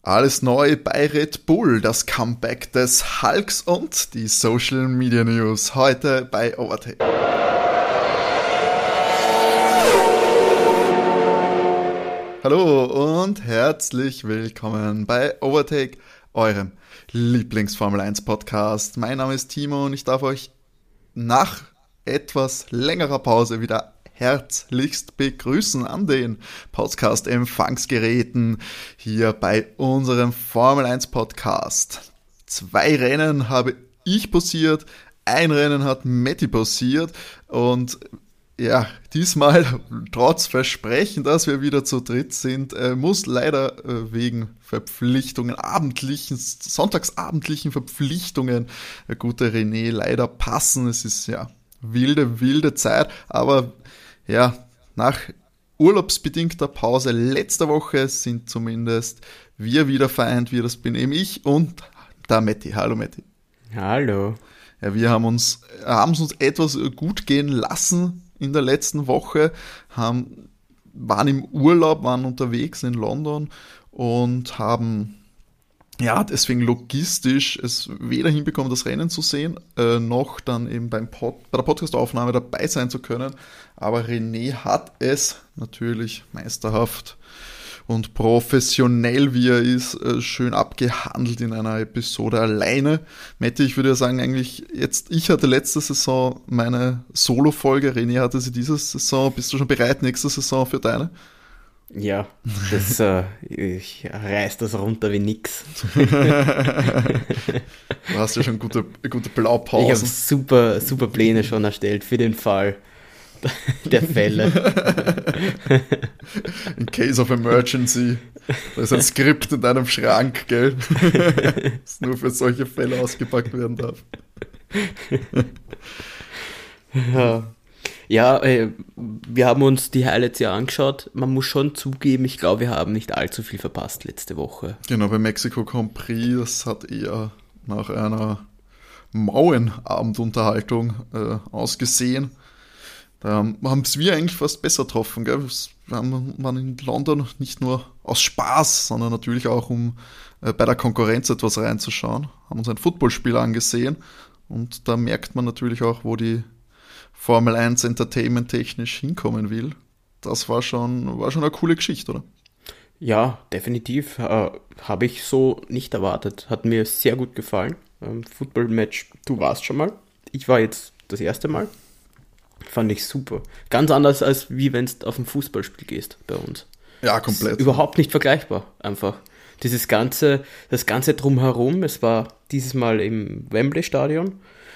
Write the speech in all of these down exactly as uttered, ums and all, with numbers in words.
Alles neu bei Red Bull, das Comeback des Hulks und die Social Media News heute bei Overtake. Hallo und herzlich willkommen bei Overtake, eurem Lieblings-Formel eins Podcast. Mein Name ist Timo und ich darf euch nach etwas längerer Pause wieder herzlichst begrüßen an den Podcast-Empfangsgeräten hier bei unserem Formel eins Podcast. Zwei Rennen habe ich posiert, ein Rennen hat Matti posiert und ja, diesmal trotz Versprechen, dass wir wieder zu dritt sind, äh, muss leider äh, wegen Verpflichtungen, abendlichen, sonntagsabendlichen Verpflichtungen der gute René leider passen. Es ist ja wilde, wilde Zeit, aber ja, nach urlaubsbedingter Pause letzter Woche sind zumindest wir wieder vereint, wir, das bin eben ich und der Matti. Hallo Matti. Hallo. Ja, wir haben uns, haben es uns etwas gut gehen lassen in der letzten Woche, haben, waren im Urlaub, waren unterwegs in London und haben ja deswegen logistisch es weder hinbekommen, das Rennen zu sehen, äh, noch dann eben beim Pod, bei der Podcast-Aufnahme dabei sein zu können. Aber René hat es natürlich meisterhaft und professionell, wie er ist, äh, schön abgehandelt in einer Episode alleine. Matti, ich würde ja sagen, eigentlich jetzt, ich hatte letzte Saison meine Solo-Folge, René hatte sie diese Saison. Bist du schon bereit, nächste Saison für deine? Ja, das, äh, ich reiß das runter wie nix. Du hast ja schon gute, gute Blaupausen. Ich habe super, super Pläne schon erstellt für den Fall der Fälle. In case of emergency. Da ist ein Skript in deinem Schrank, gell? Das nur für solche Fälle ausgepackt werden darf. Ja. Ja, äh, wir haben uns die Highlights ja angeschaut. Man muss schon zugeben, ich glaube, wir haben nicht allzu viel verpasst letzte Woche. Genau, bei Mexiko Grand Prix, das hat eher nach einer mauen Abendunterhaltung äh, ausgesehen. Da haben es wir eigentlich fast besser getroffen, gell? Wir haben, waren in London nicht nur aus Spaß, sondern natürlich auch, um äh, bei der Konkurrenz etwas reinzuschauen. Haben uns ein Footballspiel angesehen und da merkt man natürlich auch, wo die Formel eins entertainment-technisch hinkommen will. Das war schon, war schon eine coole Geschichte, oder? Ja, definitiv. Äh, habe ich so nicht erwartet. Hat mir sehr gut gefallen. Ähm, Football-Match, du warst schon mal. Ich war jetzt das erste Mal. Fand ich super. Ganz anders, als wie wenn du auf ein Fußballspiel gehst bei uns. Ja, komplett. Ist überhaupt nicht vergleichbar, einfach. Dieses ganze, das ganze Drumherum, es war dieses Mal im Wembley-Stadion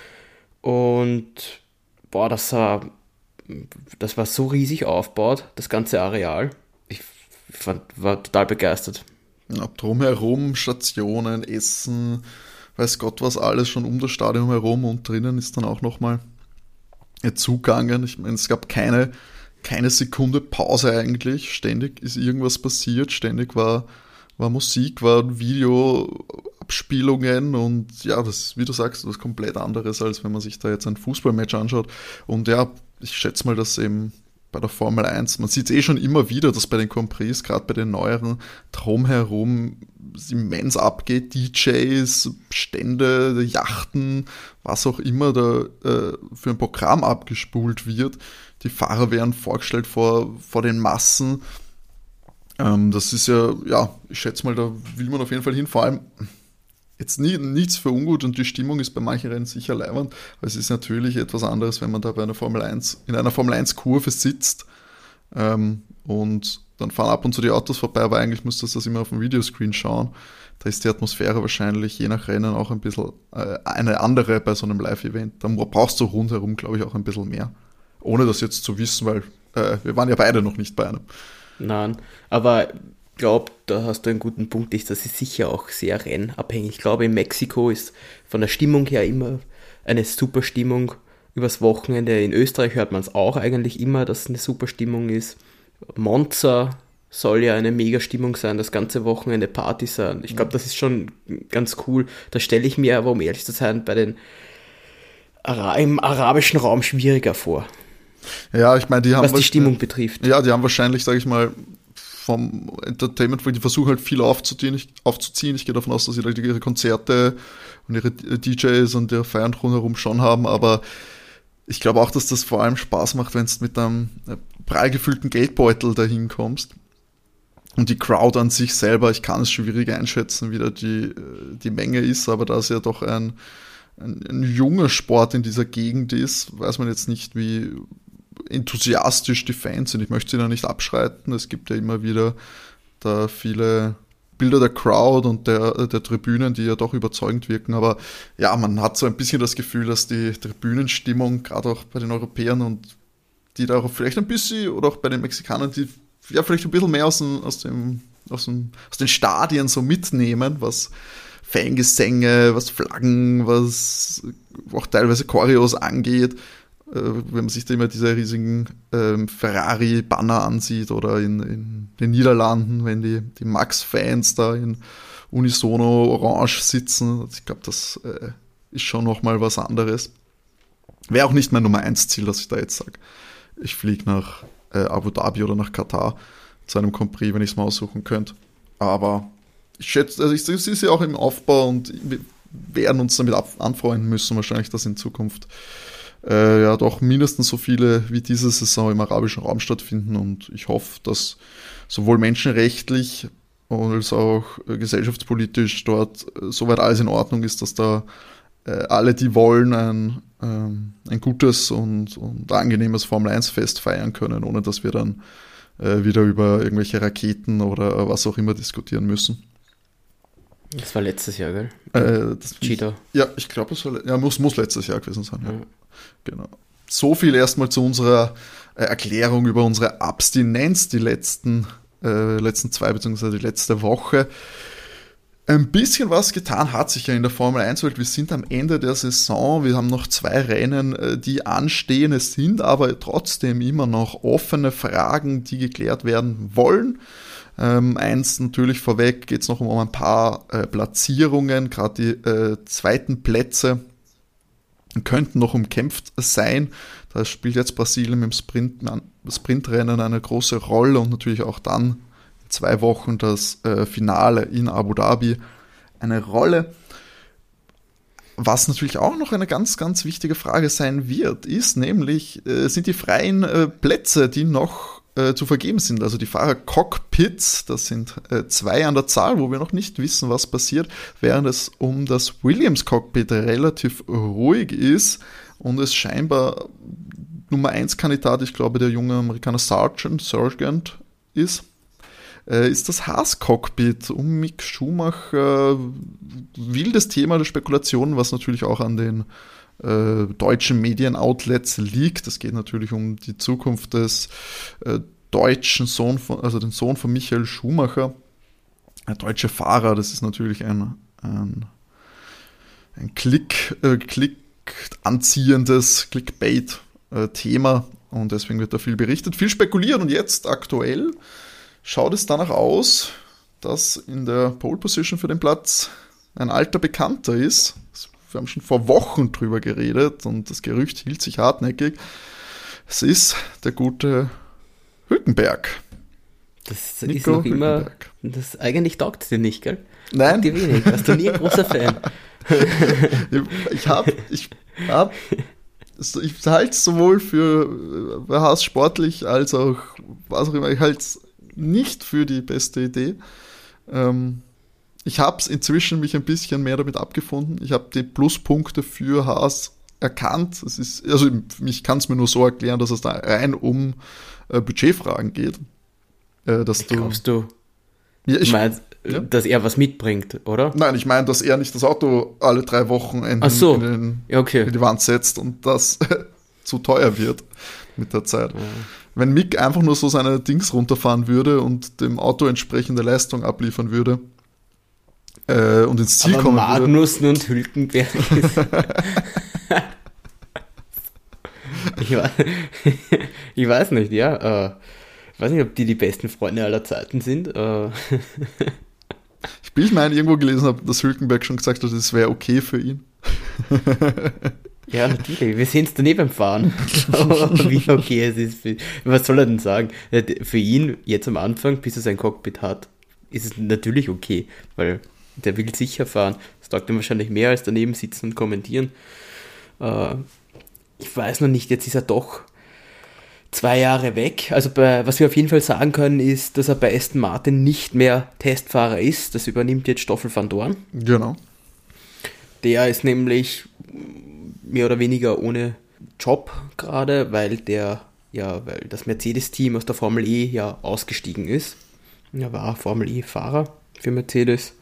und boah, das war, das war so riesig aufgebaut, das ganze Areal. Ich fand, war total begeistert. Ja, drumherum, Stationen, Essen, weiß Gott was alles schon um das Stadion herum und drinnen ist dann auch nochmal zugangen. Ich meine, es gab keine, keine Sekunde Pause eigentlich. Ständig ist irgendwas passiert, ständig war, war Musik, war Videoabspielungen und ja, das ist, wie du sagst, was komplett anderes, als wenn man sich da jetzt ein Fußballmatch anschaut. Und ja, ich schätze mal, dass eben bei der Formel eins, man sieht es eh schon immer wieder, dass bei den Grand Prix, gerade bei den neueren, drumherum immens abgeht, D Js, Stände, Yachten, was auch immer da äh, für ein Programm abgespult wird. Die Fahrer werden vorgestellt vor, vor den Massen. Ähm, das ist ja, ja, ich schätze mal, da will man auf jeden Fall hin, vor allem jetzt nie, nichts für ungut und die Stimmung ist bei manchen Rennen sicher leibend, aber es ist natürlich etwas anderes, wenn man da bei einer Formel eins, in einer Formel eins Kurve sitzt ähm, und dann fahren ab und zu die Autos vorbei, aber eigentlich müsstest du das immer auf dem Videoscreen schauen. Da ist die Atmosphäre wahrscheinlich je nach Rennen auch ein bisschen äh, eine andere bei so einem Live-Event. Da brauchst du rundherum, glaube ich, auch ein bisschen mehr. Ohne das jetzt zu wissen, weil äh, wir waren ja beide noch nicht bei einem. Nein, aber ich glaube, da hast du einen guten Punkt, ist, das ist sicher auch sehr rennabhängig. Ich glaube, in Mexiko ist von der Stimmung her immer eine super Stimmung übers Wochenende. In Österreich hört man es auch eigentlich immer, dass es eine super Stimmung ist. Monza soll ja eine mega Stimmung sein, das ganze Wochenende Party sein. Ich glaube, das ist schon ganz cool. Da stelle ich mir aber, um ehrlich zu sein, bei den Ara- im arabischen Raum schwieriger vor. Ja, ich meine, die haben... Was die Stimmung betrifft. Ja, die haben wahrscheinlich, sage ich mal, vom Entertainment, weil die versuchen halt viel aufzuziehen. Ich, aufzuziehen. Ich gehe davon aus, dass sie halt ihre Konzerte und ihre D Js und ihre Feiern rundherum schon haben, aber ich glaube auch, dass das vor allem Spaß macht, wenn du mit einem prall gefüllten Geldbeutel dahin kommst. Und die Crowd an sich selber, ich kann es schwierig einschätzen, wie da die, die Menge ist, aber da es ja doch ein, ein, ein junger Sport in dieser Gegend ist, weiß man jetzt nicht, wie enthusiastisch die Fans sind. Ich möchte sie da nicht abschreiten. Es gibt ja immer wieder da viele Bilder der Crowd und der, der Tribünen, die ja doch überzeugend wirken. Aber ja, man hat so ein bisschen das Gefühl, dass die Tribünenstimmung, gerade auch bei den Europäern und die da auch vielleicht ein bisschen, oder auch bei den Mexikanern, die ja vielleicht ein bisschen mehr aus, dem, aus, dem, aus, dem, aus den Stadien so mitnehmen, was Fangesänge, was Flaggen, was auch teilweise Choreos angeht. Wenn man sich da immer diese riesigen ähm, Ferrari-Banner ansieht oder in, in den Niederlanden, wenn die, die Max-Fans da in Unisono Orange sitzen. Ich glaube, das äh, ist schon nochmal was anderes. Wäre auch nicht mein Nummer eins Ziel, dass ich da jetzt sage, ich fliege nach äh, Abu Dhabi oder nach Katar zu einem Grand Prix, wenn ich es mal aussuchen könnte. Aber ich schätze, also ich sehe sie auch im Aufbau und wir werden uns damit anfreunden müssen, wahrscheinlich, dass in Zukunft Äh, ja doch mindestens so viele wie diese Saison im arabischen Raum stattfinden und ich hoffe, dass sowohl menschenrechtlich als auch äh, gesellschaftspolitisch dort äh, soweit alles in Ordnung ist, dass da äh, alle, die wollen, ein, ähm, ein gutes und, und angenehmes Formel eins Fest feiern können, ohne dass wir dann äh, wieder über irgendwelche Raketen oder was auch immer diskutieren müssen. Das war letztes Jahr, gell? Äh, das, Cheetah. Ja, ich glaube, es war, ja, muss, muss letztes Jahr gewesen sein. Ja. Ja. Genau. So viel erstmal zu unserer äh, Erklärung über unsere Abstinenz die letzten, äh, letzten zwei beziehungsweise die letzte Woche. Ein bisschen was getan hat sich ja in der Formel eins Welt. Wir sind am Ende der Saison. Wir haben noch zwei Rennen, äh, die anstehen. Es sind aber trotzdem immer noch offene Fragen, die geklärt werden wollen. Ähm, eins natürlich vorweg geht es noch um, um ein paar äh, Platzierungen, gerade die äh, zweiten Plätze könnten noch umkämpft sein. Da spielt jetzt Brasilien im Sprint, Sprintrennen eine große Rolle und natürlich auch dann in zwei Wochen das äh, Finale in Abu Dhabi eine Rolle. Was natürlich auch noch eine ganz, ganz wichtige Frage sein wird, ist nämlich, äh, sind die freien äh, Plätze, die noch äh, zu vergeben sind, also die Fahrer-Cockpits, das sind äh, zwei an der Zahl, wo wir noch nicht wissen, was passiert, während es um das Williams-Cockpit relativ ruhig ist und es scheinbar Nummer eins Kandidat, ich glaube, der junge Amerikaner Sargent, Sargent ist, äh, ist das Haas-Cockpit um Mick Schumacher. Wildes Thema der Spekulationen, was natürlich auch an den äh, deutschen Medienoutlets liegt. Es geht natürlich um die Zukunft des äh, deutschen Sohn von, also den Sohn von Michael Schumacher. Der deutsche Fahrer, das ist natürlich ein, ein, ein Klick, äh, Klick anziehendes Clickbait-Thema und deswegen wird da viel berichtet, viel spekuliert und jetzt aktuell schaut es danach aus, dass in der Pole Position für den Platz ein alter Bekannter ist. Wir haben schon vor Wochen drüber geredet und das Gerücht hielt sich hartnäckig. Es ist der gute Hülkenberg. Das Nico ist noch immer, das eigentlich taugt dir nicht, gell? Nein. Taugt dir wenig, warst du nie ein großer Fan. ich habe, ich habe, ich halte es sowohl für äh, Haas sportlich als auch, was auch immer, ich halte es nicht für die beste Idee. Ähm, ich habe es inzwischen mich ein bisschen mehr damit abgefunden. Ich habe die Pluspunkte für Haas erkannt. Es ist, also ich kann es mir nur so erklären, dass es da rein um äh, Budgetfragen geht. Äh, dass du, glaubst du? Ja, ich, du meinst, ja? dass er was mitbringt, oder? Nein, ich meine, dass er nicht das Auto alle drei Wochen in, so. in, den, ja, okay. in die Wand setzt und das zu teuer wird mit der Zeit. Ja. Wenn Mick einfach nur so seine Dings runterfahren würde und dem Auto entsprechende Leistung abliefern würde äh, und ins Ziel aber kommen Magnussen würde. Und Hülkenberg ist ich, weiß, ich weiß nicht, ja. Äh, ich weiß nicht, ob die die besten Freunde aller Zeiten sind. Äh. Ich bin, ich meine, irgendwo gelesen habe, dass Hülkenberg schon gesagt hat, es wäre okay für ihn. Ja, natürlich. Wir sehen es daneben beim Fahren. Wie okay es ist. Für, was soll er denn sagen? Für ihn, jetzt am Anfang, bis er sein Cockpit hat, ist es natürlich okay, weil der will sicher fahren. Das taugt ihm wahrscheinlich mehr als daneben sitzen und kommentieren. Äh, ich weiß noch nicht, jetzt ist er doch zwei Jahre weg. Also bei, was wir auf jeden Fall sagen können, ist, dass er bei Aston Martin nicht mehr Testfahrer ist. Das übernimmt jetzt Stoffel van Dorn. Genau. Der ist nämlich mehr oder weniger ohne Job gerade, weil der ja, weil das Mercedes-Team aus der Formel E ja ausgestiegen ist. Er war Formel E-Fahrer für Mercedes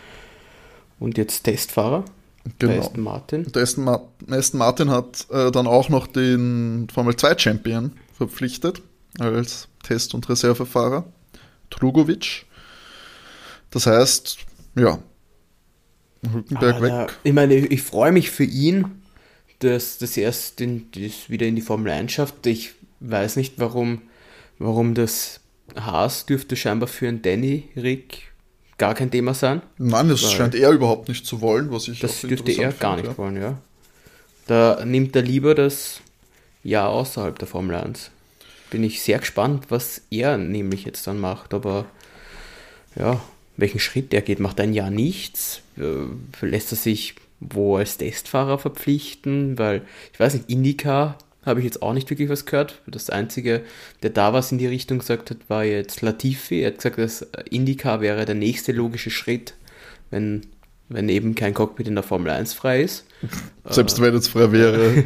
und jetzt Testfahrer. Genau. Der Aston Martin. Der Aston, Ma- Aston Martin hat äh, dann auch noch den Formel zwei Champion verpflichtet als Test- und Reservefahrer, Drugovic. Das heißt, ja, Hülkenberg weg. Der, ich meine, ich, ich freue mich für ihn, dass das erst in, das wieder in die Formel eins schafft. Ich weiß nicht, warum, warum das Haas dürfte scheinbar für einen Danny Rick gar kein Thema sein. Nein, das Weil scheint er überhaupt nicht zu wollen, was ich das auch dürfte er interessant gar finde, nicht ja. wollen, ja. Da nimmt er lieber das Jahr außerhalb der Formel eins. Bin ich sehr gespannt, was er nämlich jetzt dann macht, aber ja, welchen Schritt er geht. Macht ein Jahr nichts? Äh, lässt er sich wo als Testfahrer verpflichten? Weil, ich weiß nicht, IndyCar habe ich jetzt auch nicht wirklich was gehört. Das Einzige, der da was in die Richtung gesagt hat, war jetzt Latifi. Er hat gesagt, dass IndyCar wäre der nächste logische Schritt, wenn, wenn eben kein Cockpit in der Formel eins frei ist. Selbst äh, wenn es frei wäre.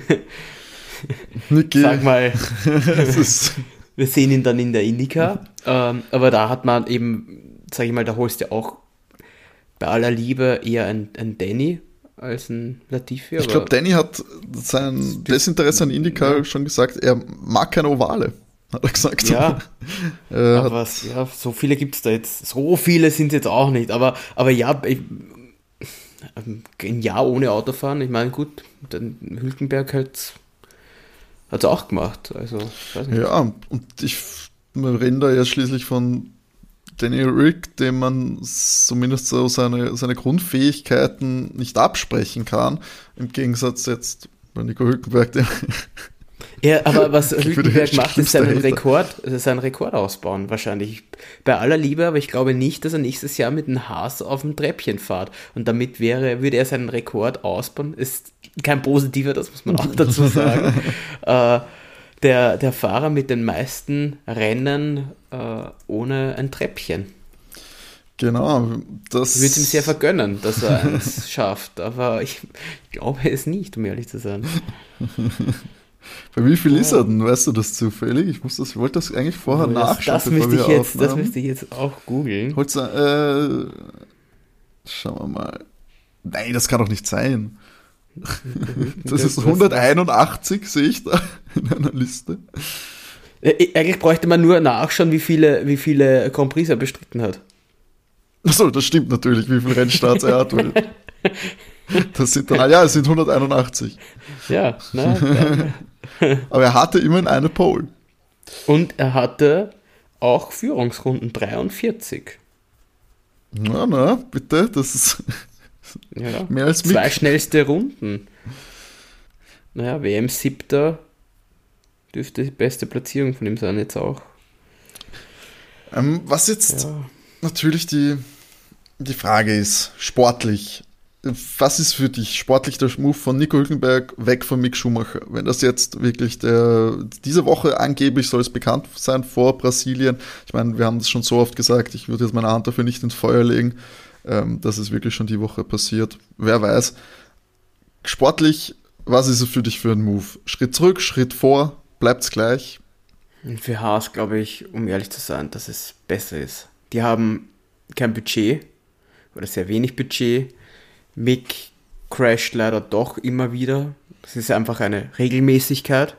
Niki. Sag mal, wir sehen ihn dann in der IndyCar. Ähm, aber da hat man eben, sag ich mal, da holst du auch bei aller Liebe eher ein, ein Danny als ein Latifi. Ich glaube, Danny hat sein Desinteresse an IndyCar ja. schon gesagt, er mag keine Ovale, hat er gesagt. Ja, äh, aber was, ja, so viele gibt es da jetzt, so viele sind es jetzt auch nicht, aber, aber ja, ich, ein Jahr ohne Autofahren, ich meine, gut, dann Hülkenberg halt hat es auch gemacht, also, weiß nicht. Ja, und ich, wir reden da ja schließlich von Danny Rick, dem man zumindest so seine, seine Grundfähigkeiten nicht absprechen kann. Im Gegensatz jetzt bei Nico Hülkenberg. Der ja, aber was Hülkenberg macht, ist seinen Rekord, seinen Rekord ausbauen wahrscheinlich. Bei aller Liebe, aber ich glaube nicht, dass er nächstes Jahr mit einem Haas auf dem Treppchen fährt. Und damit wäre, würde er seinen Rekord ausbauen. Ist kein positiver, das muss man auch dazu sagen. äh, Der, der Fahrer mit den meisten Rennen äh, ohne ein Treppchen. Genau. Das ich würde es ihm sehr vergönnen, dass er eins schafft, aber ich glaube es nicht, um ehrlich zu sein. Bei wie viel oh. ist er denn? Weißt du das zufällig? Ich, muss das, ich wollte das eigentlich vorher das, nachschauen. Das müsste, ich jetzt, das müsste ich jetzt auch googeln. Äh, schauen wir mal. Nein, das kann doch nicht sein. Das ist hunderteinundachtzig, sehe ich da in einer Liste. Eigentlich bräuchte man nur nachschauen, wie viele, wie viele Grand Prix er bestritten hat. Achso, das stimmt natürlich, wie viele Rennstarts er hat. Das sind dann, ja, es sind hunderteinundachtzig. Ja, na, aber er hatte immerhin eine Pole. Und er hatte auch Führungsrunden dreiundvierzig. Na, na, bitte, das ist... Ja, mehr als zwei Mick. Schnellste Runden. Naja, W M-Siebter dürfte die beste Platzierung von ihm sein jetzt auch. Ähm, was jetzt ja. natürlich die, die Frage ist, sportlich, was ist für dich sportlich der Move von Nico Hülkenberg weg von Mick Schumacher? Wenn das jetzt wirklich der, diese Woche angeblich soll es bekannt sein vor Brasilien. Ich meine, wir haben das schon so oft gesagt, ich würde jetzt meine Hand dafür nicht ins Feuer legen, dass es wirklich schon die Woche passiert. Wer weiß. Sportlich, was ist es für dich für ein Move? Schritt zurück, Schritt vor, bleibt's gleich? Für Haas glaube ich, um ehrlich zu sein, dass es besser ist. Die haben kein Budget oder sehr wenig Budget. Mick crasht leider doch immer wieder. Das ist einfach eine Regelmäßigkeit.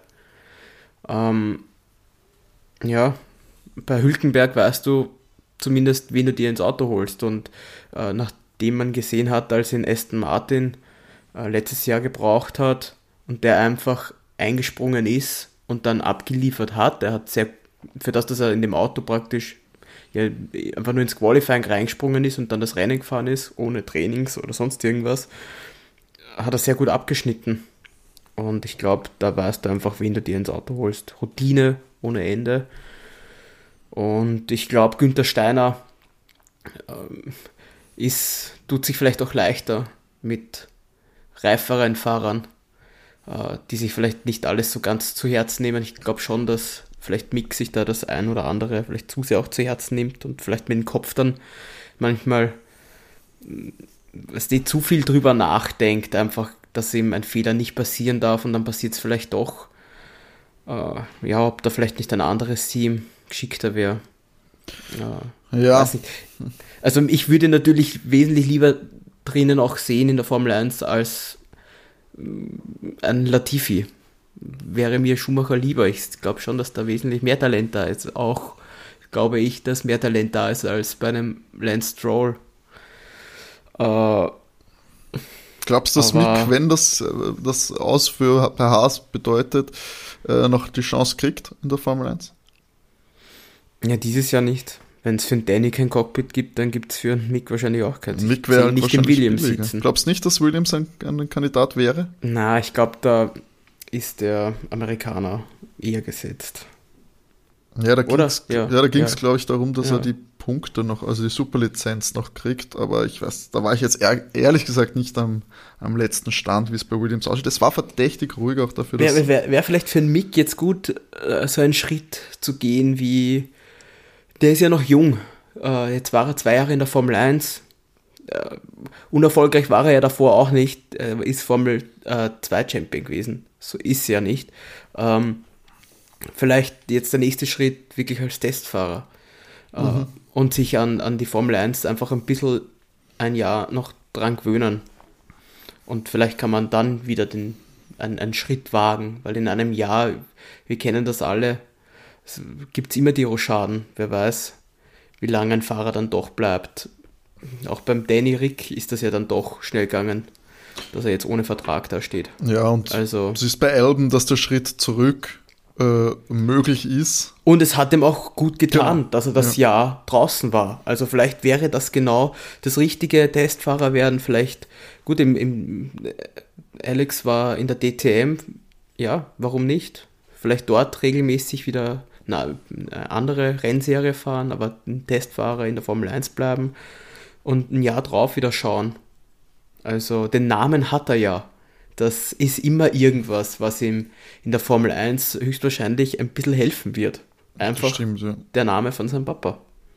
Ähm, ja, bei Hülkenberg weißt du zumindest, wen du dir ins Auto holst. Und äh, nachdem man gesehen hat, als ihn Aston Martin äh, letztes Jahr gebraucht hat und der einfach eingesprungen ist und dann abgeliefert hat, der hat sehr, für das, dass er in dem Auto praktisch ja, einfach nur ins Qualifying reingesprungen ist und dann das Rennen gefahren ist, ohne Trainings oder sonst irgendwas, hat er sehr gut abgeschnitten. Und ich glaube, da weißt du einfach, wen du dir ins Auto holst. Routine ohne Ende. Und ich glaube, Günther Steiner ähm, ist, tut sich vielleicht auch leichter mit reiferen Fahrern, äh, die sich vielleicht nicht alles so ganz zu Herzen nehmen. Ich glaube schon, dass vielleicht Mick sich da das ein oder andere vielleicht zu sehr auch zu Herzen nimmt und vielleicht mit dem Kopf dann manchmal, dass die zu viel drüber nachdenkt, einfach, dass ihm ein Fehler nicht passieren darf und dann passiert es vielleicht doch. Äh, ja, ob da vielleicht nicht ein anderes Team geschickter wäre. Ja. Ja. Weiß nicht. Also ich würde natürlich wesentlich lieber drinnen auch sehen in der Formel eins als ein Latifi. Wäre mir Schumacher lieber. Ich glaube schon, dass da wesentlich mehr Talent da ist. Auch glaube ich, dass mehr Talent da ist als bei einem Lance Stroll. Äh, Glaubst du, dass Mick, wenn das, das Aus für per Haas bedeutet, noch die Chance kriegt in der Formel eins? Ja, dieses Jahr nicht. Wenn es für einen Danny kein Cockpit gibt, dann gibt es für einen Mick wahrscheinlich auch keins. Mick wäre nicht im Williams billiger. Sitzen. Glaubst du nicht, dass Williams ein, ein Kandidat wäre? Na, ich glaube, da ist der Amerikaner eher gesetzt. Ja, da ging es, ja, ja, ja. ja. glaube ich, darum, dass ja. er die Punkte noch, also die Superlizenz noch kriegt, aber ich weiß, da war ich jetzt ehr, ehrlich gesagt nicht am, am letzten Stand, wie es bei Williams aussieht. Es war verdächtig ruhig auch dafür, dass... Wäre wär, wär vielleicht für einen Mick jetzt gut, äh, so einen Schritt zu gehen wie... Der ist ja noch jung. Äh, jetzt war er zwei Jahre in der Formel eins. Äh, unerfolgreich war er ja davor auch nicht. Er ist Formel zwei Champion gewesen. So ist er ja nicht. Ähm, vielleicht jetzt der nächste Schritt wirklich als Testfahrer. Äh, mhm. Und sich an, an die Formel eins einfach ein bisschen ein Jahr noch dran gewöhnen. Und vielleicht kann man dann wieder den, einen, einen Schritt wagen. Weil in einem Jahr, wir kennen das alle, gibt es immer die Rochaden. Wer weiß, wie lange ein Fahrer dann doch bleibt. Auch beim Danny Rick ist das ja dann doch schnell gegangen, dass er jetzt ohne Vertrag da steht. Ja, und also, es ist bei Albon, dass der Schritt zurück äh, möglich ist. Und es hat ihm auch gut getan, genau. dass er das ja. Jahr draußen war. Also vielleicht wäre das genau das richtige Testfahrer werden. Vielleicht, gut, im, im Alex war in der D T M, ja, warum nicht? Vielleicht dort regelmäßig wieder na, eine andere Rennserie fahren, aber ein Testfahrer in der Formel eins bleiben und ein Jahr drauf wieder schauen. Also den Namen hat er ja. Das ist immer irgendwas, was ihm in der Formel eins höchstwahrscheinlich ein bisschen helfen wird. Einfach stimmt, ja. Der Name von seinem Papa.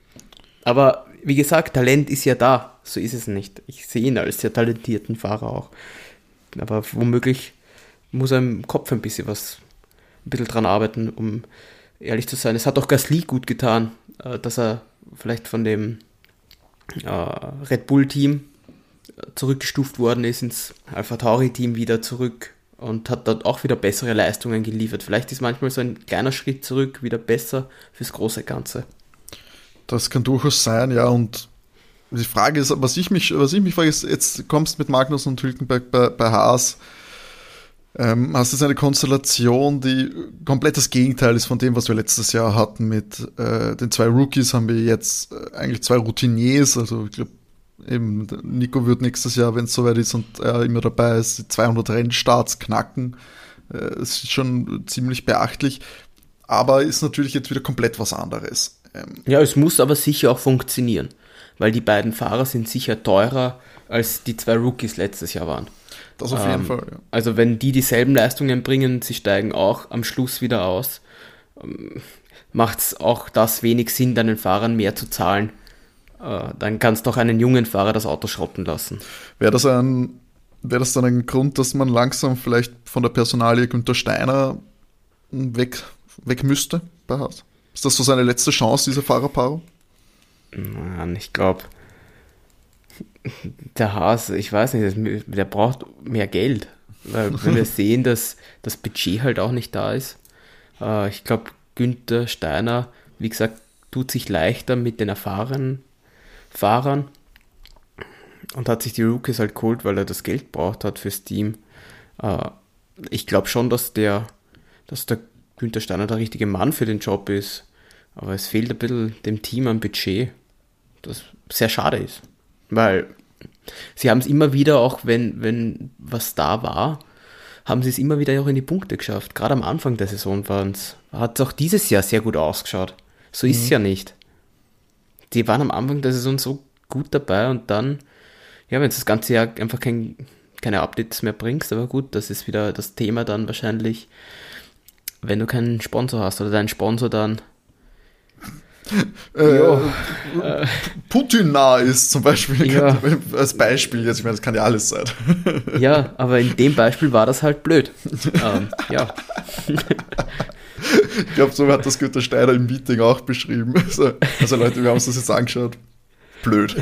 Aber wie gesagt, Talent ist ja da. So ist es nicht. Ich sehe ihn als sehr talentierten Fahrer auch. Aber womöglich muss er im Kopf ein bisschen was, ein bisschen dran arbeiten, um ehrlich zu sein. Es hat auch Gasly gut getan, dass er vielleicht von dem äh, Red Bull-Team zurückgestuft worden ist ins AlphaTauri-Team wieder zurück und hat dort auch wieder bessere Leistungen geliefert. Vielleicht ist manchmal so ein kleiner Schritt zurück wieder besser fürs große Ganze. Das kann durchaus sein, ja, und die Frage ist, was ich mich, was ich mich frage, ist, jetzt kommst du mit Magnus und Hülkenberg bei, bei Haas, ähm, hast jetzt eine Konstellation, die komplett das Gegenteil ist von dem, was wir letztes Jahr hatten mit äh, den zwei Rookies, haben wir jetzt äh, eigentlich zwei Routiniers, also ich glaube, eben Nico wird nächstes Jahr, wenn es soweit ist und er immer dabei ist, die zweihundert Rennstarts knacken. Äh, es ist schon ziemlich beachtlich, aber ist natürlich jetzt wieder komplett was anderes. Ähm, ja, es muss aber sicher auch funktionieren, weil die beiden Fahrer sind sicher teurer, als die zwei Rookies letztes Jahr waren. Das auf jeden ähm, Fall, ja. Also wenn die dieselben Leistungen bringen, sie steigen auch am Schluss wieder aus, ähm, macht es auch das wenig Sinn, deinen Fahrern mehr zu zahlen. Äh, dann kannst du auch einen jungen Fahrer das Auto schrotten lassen. Wäre das ein, wäre das dann ein Grund, dass man langsam vielleicht von der Personalie Günther Steiner weg, weg müsste bei Haas? Ist das so seine letzte Chance, diese Fahrerpaarung? Nein, ich glaube, der Haas, ich weiß nicht, der braucht mehr Geld. Weil wenn wir sehen, dass das Budget halt auch nicht da ist. Äh, ich glaube, Günther Steiner, wie gesagt, tut sich leichter mit den erfahrenen Fahrern und hat sich die Rookies halt geholt, weil er das Geld braucht hat fürs Team. Äh, ich glaube schon, dass der, dass der Günther Steiner der richtige Mann für den Job ist, aber es fehlt ein bisschen dem Team am Budget, das sehr schade ist, weil sie haben es immer wieder, auch wenn, wenn was da war, haben sie es immer wieder auch in die Punkte geschafft. Gerade am Anfang der Saison hat es auch dieses Jahr sehr gut ausgeschaut. So ist es mhm. ja nicht. Die waren am Anfang der Saison so gut dabei und dann, ja, wenn es das ganze Jahr einfach kein, keine Updates mehr bringst, aber gut, das ist wieder das Thema dann wahrscheinlich, wenn du keinen Sponsor hast oder dein Sponsor dann Äh, äh, Putin nah ist zum Beispiel, ja. als Beispiel, jetzt, ich meine, das kann ja alles sein. Ja, aber in dem Beispiel war das halt blöd. ähm, ja. Ich glaube, so hat das Günter Steiner im Meeting auch beschrieben. Also, also Leute, wir haben uns das jetzt angeschaut. Blöd.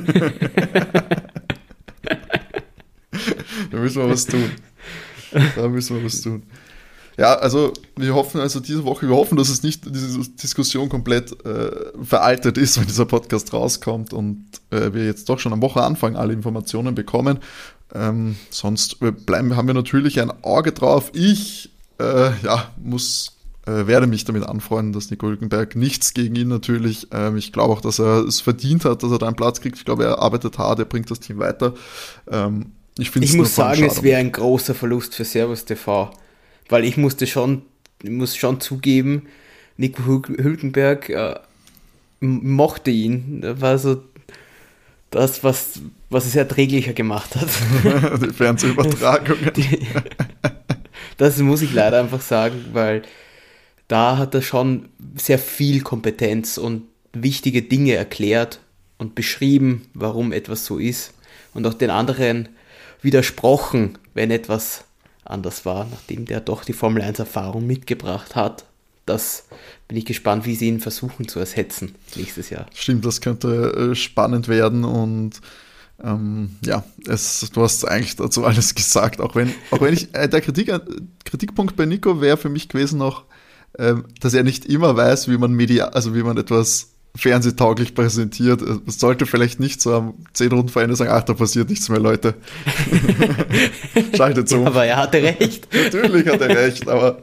Da müssen wir was tun. Da müssen wir was tun. Ja, also wir hoffen also diese Woche, wir hoffen, dass es nicht diese Diskussion komplett äh, veraltet ist, wenn dieser Podcast rauskommt und äh, wir jetzt doch schon am Wochenanfang alle Informationen bekommen. Ähm, sonst bleiben, haben wir natürlich ein Auge drauf. Ich äh, ja, muss, äh, werde mich damit anfreunden, dass Nico Hülkenberg, nichts gegen ihn natürlich. Ähm, ich glaube auch, dass er es verdient hat, dass er da einen Platz kriegt. Ich glaube, er arbeitet hart, er bringt das Team weiter. Ähm, ich ich muss sagen, es wäre ein großer Verlust für Servus T V. Weil ich musste schon, ich muss schon zugeben, Nico Hülkenberg äh, mochte ihn. Das war so das, was, was es erträglicher gemacht hat. Die Fernsehübertragungen. Die, das muss ich leider einfach sagen, weil da hat er schon sehr viel Kompetenz und wichtige Dinge erklärt und beschrieben, warum etwas so ist. Und auch den anderen widersprochen, wenn etwas anders war, nachdem der doch die Formel eins Erfahrung mitgebracht hat. Das bin ich gespannt, wie sie ihn versuchen zu ersetzen nächstes Jahr. Stimmt, das könnte äh, spannend werden und ähm, ja, es, du hast eigentlich dazu alles gesagt, auch wenn, auch wenn ich, äh, der Kritik, äh, Kritikpunkt bei Nico wäre für mich gewesen noch, äh, dass er nicht immer weiß, wie man media, also wie man etwas fernsehtauglich präsentiert. Es sollte vielleicht nicht so am zehn Runden vor Ende sagen, ach, da passiert nichts mehr, Leute. Schaltet so. Ja, aber er hatte recht. Natürlich hat er recht, aber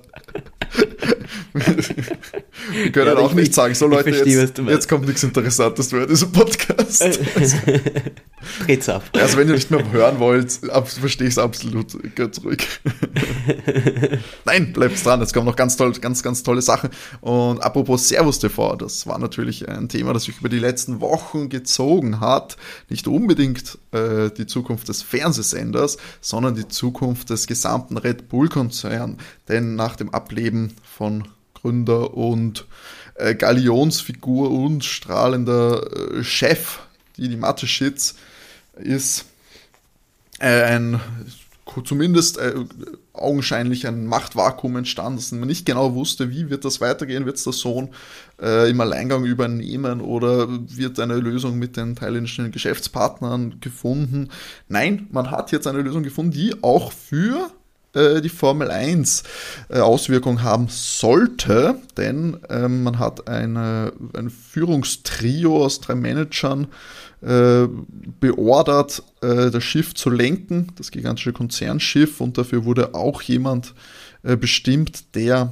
wir können ja, auch nicht sagen, so Leute, verstehe, jetzt, jetzt kommt nichts Interessantes mehr in diesem Podcast. Dreht's ab. Also wenn ihr nicht mehr hören wollt, verstehe ich es absolut. Ganz ruhig. Nein, bleibt dran, es kommen noch ganz toll, ganz, ganz tolle Sachen. Und apropos Servus T V, das war natürlich ein Thema, das sich über die letzten Wochen gezogen hat. Nicht unbedingt äh, die Zukunft des Fernsehsenders, sondern die Zukunft des gesamten Red Bull-Konzerns. Denn nach dem Ableben von Gründer und äh, Galionsfigur und strahlender äh, Chef, Didi Mateschitz, ist äh, ein zumindest äh, augenscheinlich ein Machtvakuum entstanden, dass man nicht genau wusste, wie wird das weitergehen, wird es der Sohn äh, im Alleingang übernehmen oder wird eine Lösung mit den thailändischen Geschäftspartnern gefunden. Nein, man hat jetzt eine Lösung gefunden, die auch für äh, die Formel eins äh, Auswirkungen haben sollte, denn äh, man hat eine, ein Führungstrio aus drei Managern beordert, das Schiff zu lenken, das gigantische Konzernschiff, und dafür wurde auch jemand bestimmt, der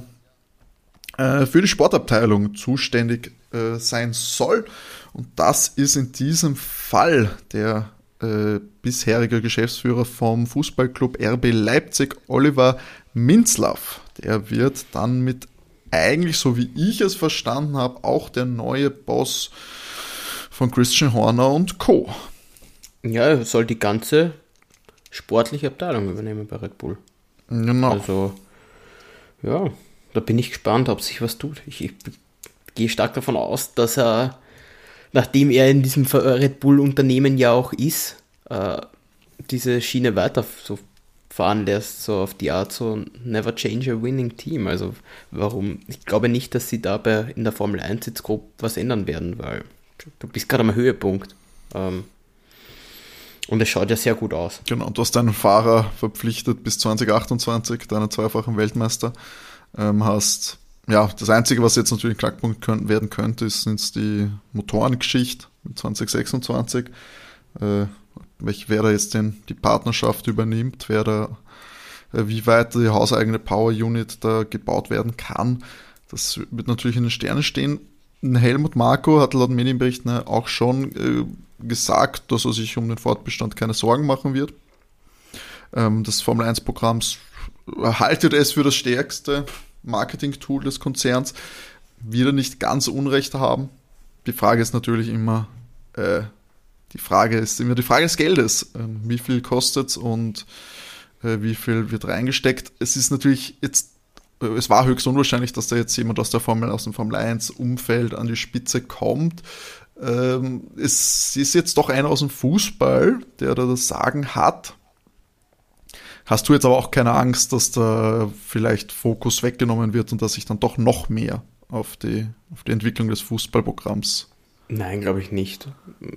für die Sportabteilung zuständig sein soll. Und das ist in diesem Fall der bisherige Geschäftsführer vom Fußballclub R B Leipzig, Oliver Minzlaff. Der wird dann mit eigentlich, so wie ich es verstanden habe, auch der neue Boss von Christian Horner und Co. Ja, er soll die ganze sportliche Abteilung übernehmen bei Red Bull. Genau. Also, ja, da bin ich gespannt, ob sich was tut. Ich, ich gehe stark davon aus, dass er, nachdem er in diesem Red Bull-Unternehmen ja auch ist, äh, diese Schiene weiter so fahren lässt, so auf die Art so never change a winning team. Also warum? Ich glaube nicht, dass sie dabei in der Formel eins jetzt grob was ändern werden, weil du bist gerade am Höhepunkt. Ähm, und es schaut ja sehr gut aus. Genau, du hast deinen Fahrer verpflichtet bis zwanzig achtundzwanzig, deinen zweifachen Weltmeister. Ähm, hast, ja, das Einzige, was jetzt natürlich ein Knackpunkt können, werden könnte, ist, sind die Motorengeschichte mit zwanzig sechsundzwanzig. Äh, welch, wer da jetzt den, die Partnerschaft übernimmt, wer da, äh, wie weit die hauseigene Power Unit da gebaut werden kann. Das wird natürlich in den Sternen stehen. Helmut Marko hat laut Medienberichten auch schon äh, gesagt, dass er sich um den Fortbestand keine Sorgen machen wird. Ähm, das Formel eins Programms haltet es für das stärkste Marketing-Tool des Konzerns, wieder nicht ganz Unrecht haben. Die Frage ist natürlich immer, äh, die Frage ist immer die Frage des Geldes. Ähm, wie viel kostet es und äh, wie viel wird reingesteckt? Es ist natürlich jetzt, äh, es war höchst unwahrscheinlich, dass da jetzt jemand aus der Formel, aus dem Formel eins Umfeld an die Spitze kommt. Ähm, es ist jetzt doch einer aus dem Fußball, der da das Sagen hat. Hast du jetzt aber auch keine Angst, dass da vielleicht Fokus weggenommen wird und dass sich dann doch noch mehr auf die, auf die Entwicklung des Fußballprogramms? Nein, glaube ich nicht.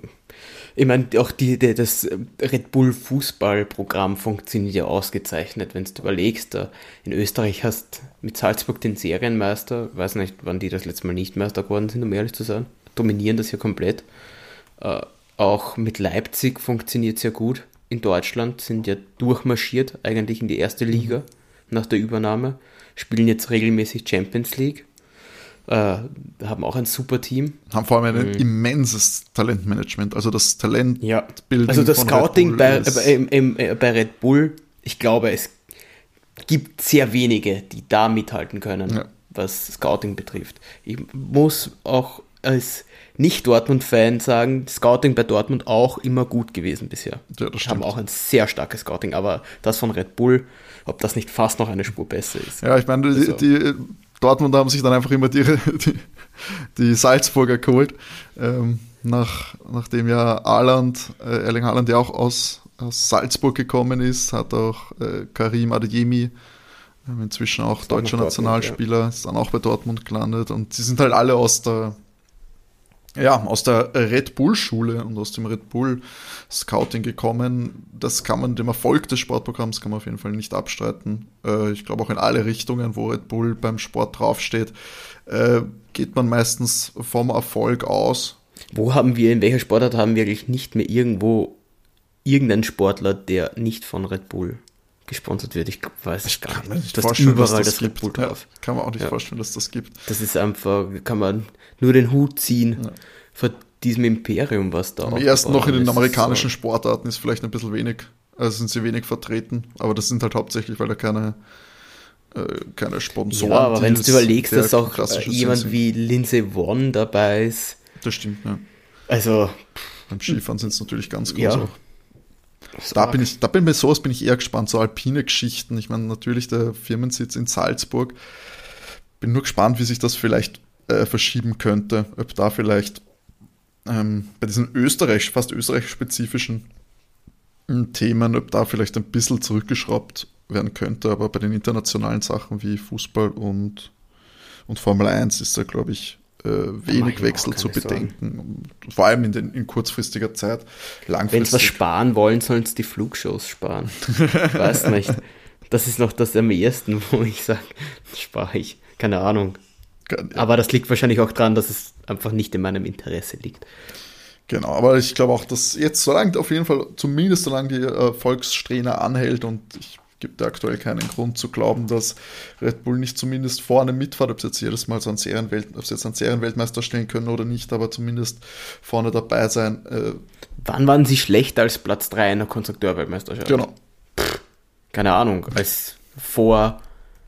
Ich meine, auch die, die, das Red Bull Fußballprogramm funktioniert ja ausgezeichnet, wenn du überlegst. Da in Österreich hast mit Salzburg den Serienmeister, weiß nicht, wann die das letzte Mal nicht Meister geworden sind, um ehrlich zu sein, dominieren das ja komplett. Äh, auch mit Leipzig funktioniert es ja gut. In Deutschland sind ja durchmarschiert, eigentlich in die erste Liga nach der Übernahme, spielen jetzt regelmäßig Champions League, äh, haben auch ein super Team. Haben vor allem ein mhm. immenses Talentmanagement, also das Talent. Ja, also das Scouting bei, bei, im, bei Red Bull, ich glaube, es gibt sehr wenige, die da mithalten können, ja. was Scouting betrifft. Ich muss auch als Nicht-Dortmund-Fan sagen, Scouting bei Dortmund auch immer gut gewesen bisher. Ja, das haben auch ein sehr starkes Scouting, aber das von Red Bull, ob das nicht fast noch eine Spur besser ist. Ja, ich meine, die, die Dortmund haben sich dann einfach immer die, die, die Salzburger geholt, ähm, nach, nachdem ja Haaland, äh, Erling Haaland ja auch aus, aus Salzburg gekommen ist, hat auch äh, Karim Adeyemi, äh, inzwischen auch deutscher Nationalspieler, ja. ist dann auch bei Dortmund gelandet und sie sind halt alle aus der Ja, aus der Red Bull-Schule und aus dem Red Bull-Scouting gekommen. Das kann man, dem Erfolg des Sportprogramms kann man auf jeden Fall nicht abstreiten. Äh, ich glaube auch in alle Richtungen, wo Red Bull beim Sport draufsteht, äh, geht man meistens vom Erfolg aus. Wo haben wir, in welcher Sportart haben wir eigentlich nicht mehr irgendwo irgendeinen Sportler, der nicht von Red Bull gesponsert wird? Ich weiß es gar nicht. nicht dass überall das, das Red Bull drauf. Ja, kann man auch nicht ja. vorstellen, dass das gibt. Das ist einfach, kann man nur den Hut ziehen ja. vor diesem Imperium, was da auch erst noch in den amerikanischen so. Sportarten ist vielleicht ein bisschen wenig, also sind sie wenig vertreten, aber das sind halt hauptsächlich, weil da keine äh, keine Sponsoren. Ja, aber wenn du überlegst, dass auch jemand sind. wie Lindsey Vonn dabei ist. Das stimmt, ja. Also beim Skifahren sind es natürlich ganz groß ja. auch. Da bin ich, da bin bei sowas bin ich eher gespannt, so alpine Geschichten. Ich meine, natürlich der Firmensitz in Salzburg. Bin nur gespannt, wie sich das vielleicht äh, verschieben könnte. Ob da vielleicht ähm, bei diesen österreich, fast österreich-spezifischen äh, Themen, ob da vielleicht ein bisschen zurückgeschraubt werden könnte. Aber bei den internationalen Sachen wie Fußball und, und Formel eins ist da, glaube ich, Äh, wenig Wechsel zu bedenken. Sorgen. Vor allem in, den, in kurzfristiger Zeit. Wenn sie was sparen wollen, sollen sie die Flugshows sparen. Ich weiß nicht. Das ist noch das am ehesten, wo ich sage, spare ich. Keine Ahnung. Ja. Aber das liegt wahrscheinlich auch daran, dass es einfach nicht in meinem Interesse liegt. Genau, aber ich glaube auch, dass jetzt, solange auf jeden Fall, zumindest solange die Erfolgssträhne anhält, und ich gibt da aktuell keinen Grund zu glauben, dass Red Bull nicht zumindest vorne mitfährt, ob sie jetzt jedes Mal so einen Serienwelt, ob sie jetzt einen Serienweltmeister stellen können oder nicht, aber zumindest vorne dabei sein. Äh Wann waren sie schlechter als Platz drei in der Konstrukteurweltmeisterschaft? Genau. Pff, keine Ahnung, als vor,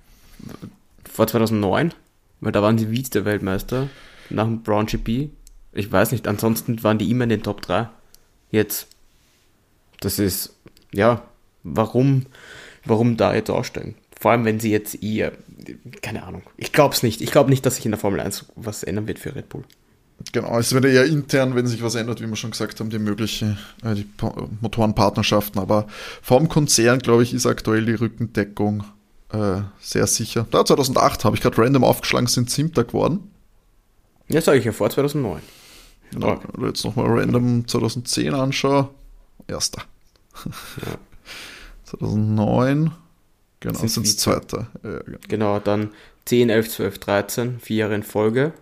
vor zweitausendneun, weil da waren sie Vize-Weltmeister nach dem Brown G P. Ich weiß nicht, ansonsten waren die immer in den Top drei. Jetzt. Das ist, ja, warum... Warum da jetzt aussteigen? Vor allem, wenn sie jetzt eher, keine Ahnung, ich glaube es nicht. Ich glaube nicht, dass sich in der Formel eins was ändern wird für Red Bull. Genau, es wird eher intern, wenn sich was ändert, wie wir schon gesagt haben, die möglichen äh, die Motorenpartnerschaften. Aber vom Konzern, glaube ich, ist aktuell die Rückendeckung äh, sehr sicher. Da zweitausendacht habe ich gerade random aufgeschlagen, sind siebter geworden. Ja, sage ich ja, vor zweitausendneun. Genau, wenn ich jetzt nochmal random zweitausendzehn anschaue, erster. Ja. zweitausendneun, genau, sind es Zweiter. Ja, genau. genau, dann zehn, elf, zwölf, dreizehn, vier Jahre in Folge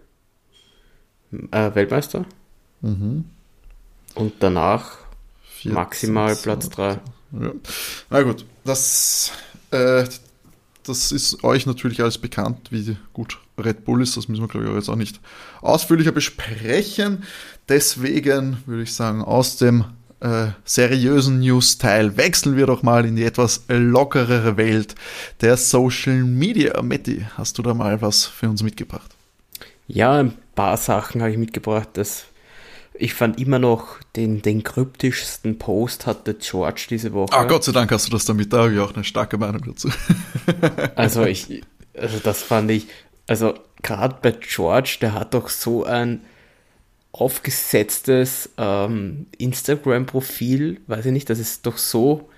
äh, Weltmeister. Mhm. Und danach vierzehn, maximal Platz drei. Ja. Na gut, das, äh, das ist euch natürlich alles bekannt, wie gut Red Bull ist. Das müssen wir, glaube ich, jetzt auch nicht ausführlicher besprechen. Deswegen würde ich sagen, aus dem äh, seriösen News-Teil wechseln wir doch mal in die etwas lockerere Welt der Social Media. Matti, hast du da mal was für uns mitgebracht? Ja, ein paar Sachen habe ich mitgebracht. Das, ich fand immer noch den, den kryptischsten Post hatte George diese Woche. Ah, Gott sei Dank hast du das damit, da habe ich auch eine starke Meinung dazu. Also ich, also das fand ich, also gerade bei George, der hat doch so ein aufgesetztes ähm, Instagram-Profil, weiß ich nicht, das ist doch so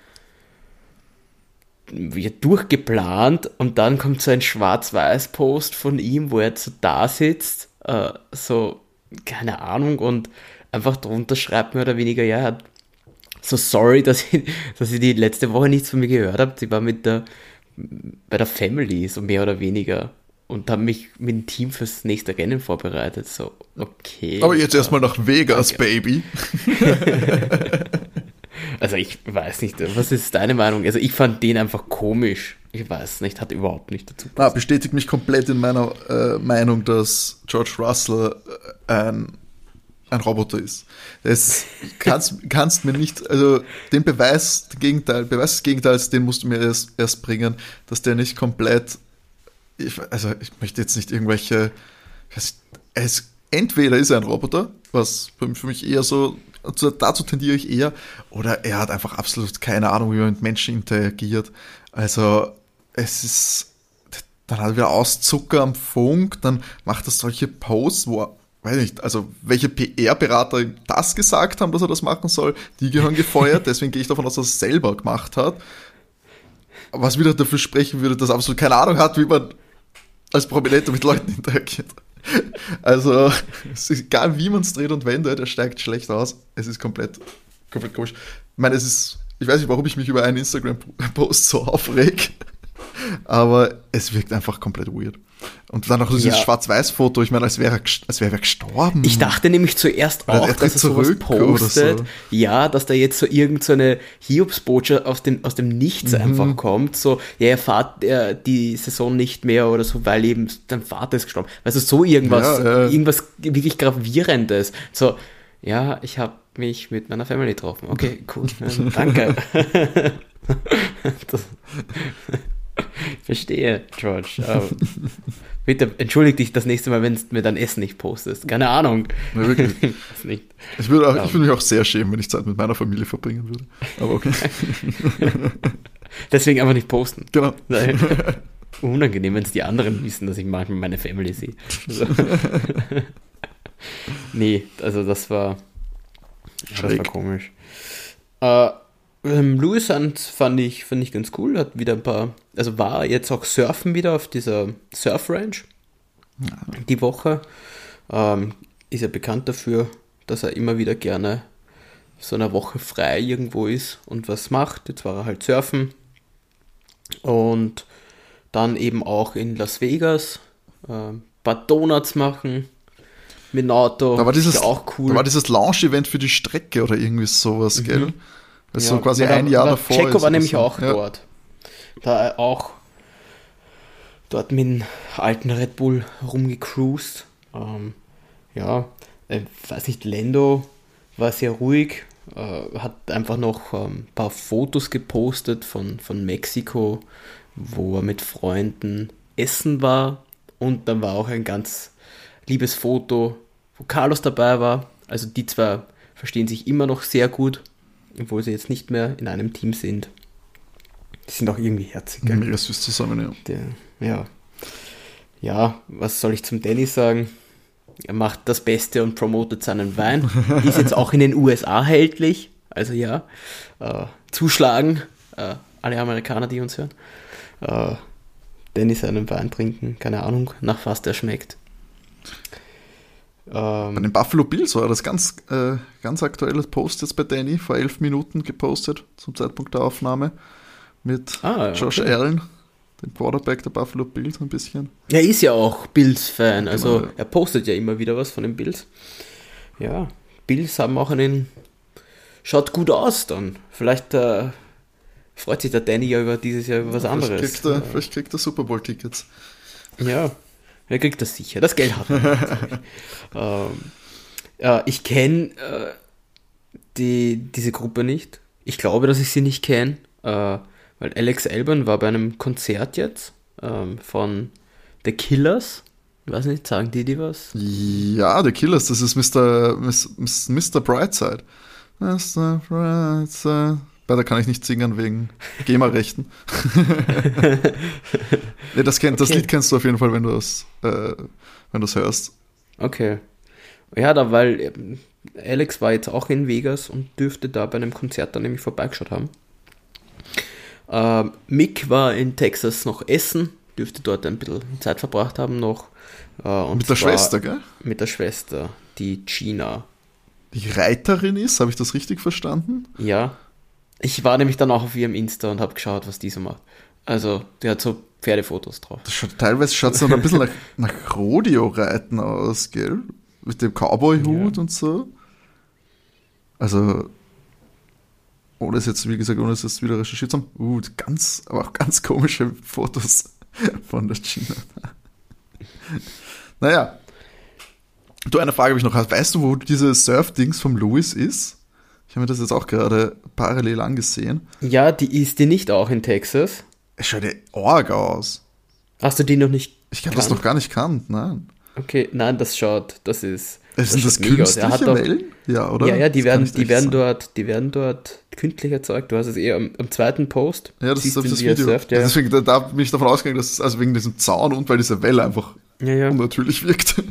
wie durchgeplant und dann kommt so ein Schwarz-Weiß-Post von ihm, wo er so da sitzt, äh, so, keine Ahnung, und einfach drunter schreibt mehr oder weniger, ja, er hat so sorry, dass ich, dass ich die letzte Woche nichts von mir gehört habe, sie war mit der bei der Family, so mehr oder weniger, und habe mich mit dem Team fürs nächste Rennen vorbereitet, so, okay. Aber jetzt erstmal nach Vegas, danke. Baby. Also ich weiß nicht, was ist deine Meinung? Also ich fand den einfach komisch. Ich weiß nicht, hat überhaupt nicht dazu gepasst. Ah, bestätigt mich komplett in meiner äh, Meinung, dass George Russell äh, ein, ein Roboter ist. Das kannst, kannst mir nicht, also den Beweis, den Gegenteil, Beweis des Gegenteils, den musst du mir erst, erst bringen, dass der nicht komplett, ich, also ich möchte jetzt nicht irgendwelche, er ist, entweder ist er ein Roboter, was für mich eher so, dazu tendiere ich eher, oder er hat einfach absolut keine Ahnung, wie man mit Menschen interagiert. Also es ist, dann hat er wieder Auszucker am Funk, dann macht er solche Posts, wo er, weiß nicht, also welche P R-Berater ihm das gesagt haben, dass er das machen soll, die gehören gefeuert, deswegen gehe ich davon aus, dass er es selber gemacht hat. Was wieder dafür sprechen würde, dass er absolut keine Ahnung hat, wie man als Prominenter mit Leuten interagiert. Also, es ist egal, wie man es dreht und wendet, er steigt schlecht aus. Es ist komplett, komplett komisch. Ich meine, es ist, ich weiß nicht, warum ich mich über einen Instagram-Post so aufreg, aber es wirkt einfach komplett weird. Und dann noch dieses ja. Schwarz-Weiß-Foto, ich meine, als wäre er, als wäre er gestorben. Ich dachte nämlich zuerst auch, er dass er sowas postet, so. Ja, dass da jetzt so irgend so eine Hiobsbotschaft aus dem, aus dem Nichts mhm. einfach kommt, so, ja, er fährt äh, die Saison nicht mehr oder so, weil eben dein Vater ist gestorben. Also so irgendwas, ja, ja. irgendwas wirklich Gravierendes. So, ja, ich habe mich mit meiner Family getroffen. Okay, cool, danke. das, Verstehe, George. Aber bitte entschuldige dich das nächste Mal, wenn du mir dein Essen nicht postest. Keine Ahnung. Ja, wirklich. Ich, nicht. ich, würde auch, ich würde mich auch sehr schämen, wenn ich Zeit mit meiner Familie verbringen würde. Aber okay. Deswegen einfach nicht posten. Genau. Unangenehm, wenn es die anderen wissen, dass ich manchmal meine Family sehe. So. Nee, also das war, das war komisch. Äh, Ähm, Lewis Hunt fand ich, fand ich ganz cool, hat wieder ein paar, also war jetzt auch surfen wieder auf dieser Surf Ranch ja. die Woche, ähm, ist ja bekannt dafür, dass er immer wieder gerne so eine Woche frei irgendwo ist und was macht. Jetzt war er halt surfen und dann eben auch in Las Vegas äh, ein paar Donuts machen mit dem Auto. Da war dieses, ja auch cool. Da war dieses Launch-Event für die Strecke oder irgendwie sowas, mhm. gell? Das ja, so quasi ein Jahr da, davor. Checo war nämlich so. auch ja. dort. Da auch dort mit dem alten Red Bull rumgecruised. Ähm, ja, ich weiß nicht, Lando war sehr ruhig, äh, hat einfach noch ein ähm, paar Fotos gepostet von, von Mexiko, wo er mit Freunden essen war. Und dann war auch ein ganz liebes Foto, wo Carlos dabei war. Also die zwei verstehen sich immer noch sehr gut, obwohl sie jetzt nicht mehr in einem Team sind. Die sind auch irgendwie herzig. Mega süß zusammen, ja. Der, ja. Ja, was soll ich zum Danny sagen? Er macht das Beste und promotet seinen Wein. Ist jetzt auch in den U S A erhältlich. Also ja, äh, zuschlagen, äh, alle Amerikaner, die uns hören. Äh, Danny seinen Wein trinken, keine Ahnung, nach was der schmeckt. Bei den Buffalo Bills war das ganz, äh, ganz aktuelles Post jetzt bei Danny, vor elf Minuten gepostet, zum Zeitpunkt der Aufnahme, mit ah, ja, Josh okay. Allen, dem Quarterback der Buffalo Bills ein bisschen. Er ist ja auch Bills-Fan, also genau, ja. er postet ja immer wieder was von den Bills. Ja, Bills haben auch einen, schaut gut aus dann. Vielleicht äh, freut sich der Danny ja über dieses Jahr über was ja, anderes. Kriegt er, vielleicht kriegt er Super Bowl-Tickets. Ja. Er kriegt das sicher. Das Geld hat er. ähm, äh, ich kenne äh, die, diese Gruppe nicht. Ich glaube, dass ich sie nicht kenne, äh, weil Alex Alban war bei einem Konzert jetzt ähm, von The Killers. Ich weiß nicht, sagen die die was? Ja, The Killers, das ist Mister Mister Brightside. Mister Brightside. Da kann ich nicht singen wegen G E M A-Rechten. nee, das, kennt, okay. das Lied kennst du auf jeden Fall, wenn du es äh, wenn du es hörst. Okay. Ja, da, weil Alex war jetzt auch in Vegas und dürfte da bei einem Konzert dann nämlich vorbeigeschaut haben. Ähm, Mick war in Texas noch essen, dürfte dort ein bisschen Zeit verbracht haben noch. Äh, und mit der Schwester, gell? Mit der Schwester, die Gina. Die Reiterin ist, habe ich das richtig verstanden? Ja. Ich war nämlich dann auch auf ihrem Insta und habe geschaut, was die so macht. Also, die hat so Pferdefotos drauf. Das schaut, teilweise schaut es noch ein bisschen nach, nach Rodeo-Reiten aus, gell? Mit dem Cowboy-Hut ja. und so. Also, ohne es jetzt, wie gesagt, ohne es jetzt wieder recherchiert zu haben, uh, ganz, aber auch ganz komische Fotos von der Gina. Naja. Du, eine Frage habe ich noch. Weißt du, wo diese Surf-Dings vom Louis ist? Ich habe mir das jetzt auch gerade parallel angesehen. Ja, die ist die nicht auch in Texas? Es schaut ja arg aus. Hast du die noch nicht Ich habe das noch gar nicht kannt, nein. Okay, nein, das schaut, das ist... Das sind das künstliche Wellen? Ja, oder? Ja, ja, die das werden, die werden dort, die werden dort künstlich erzeugt. Du hast es eher am, am zweiten Post. Ja, das ist das Video. Surft, ja. Deswegen, da, da bin ich davon ausgegangen, dass es also wegen diesem Zaun und weil diese Welle einfach ja, ja. unnatürlich wirkt.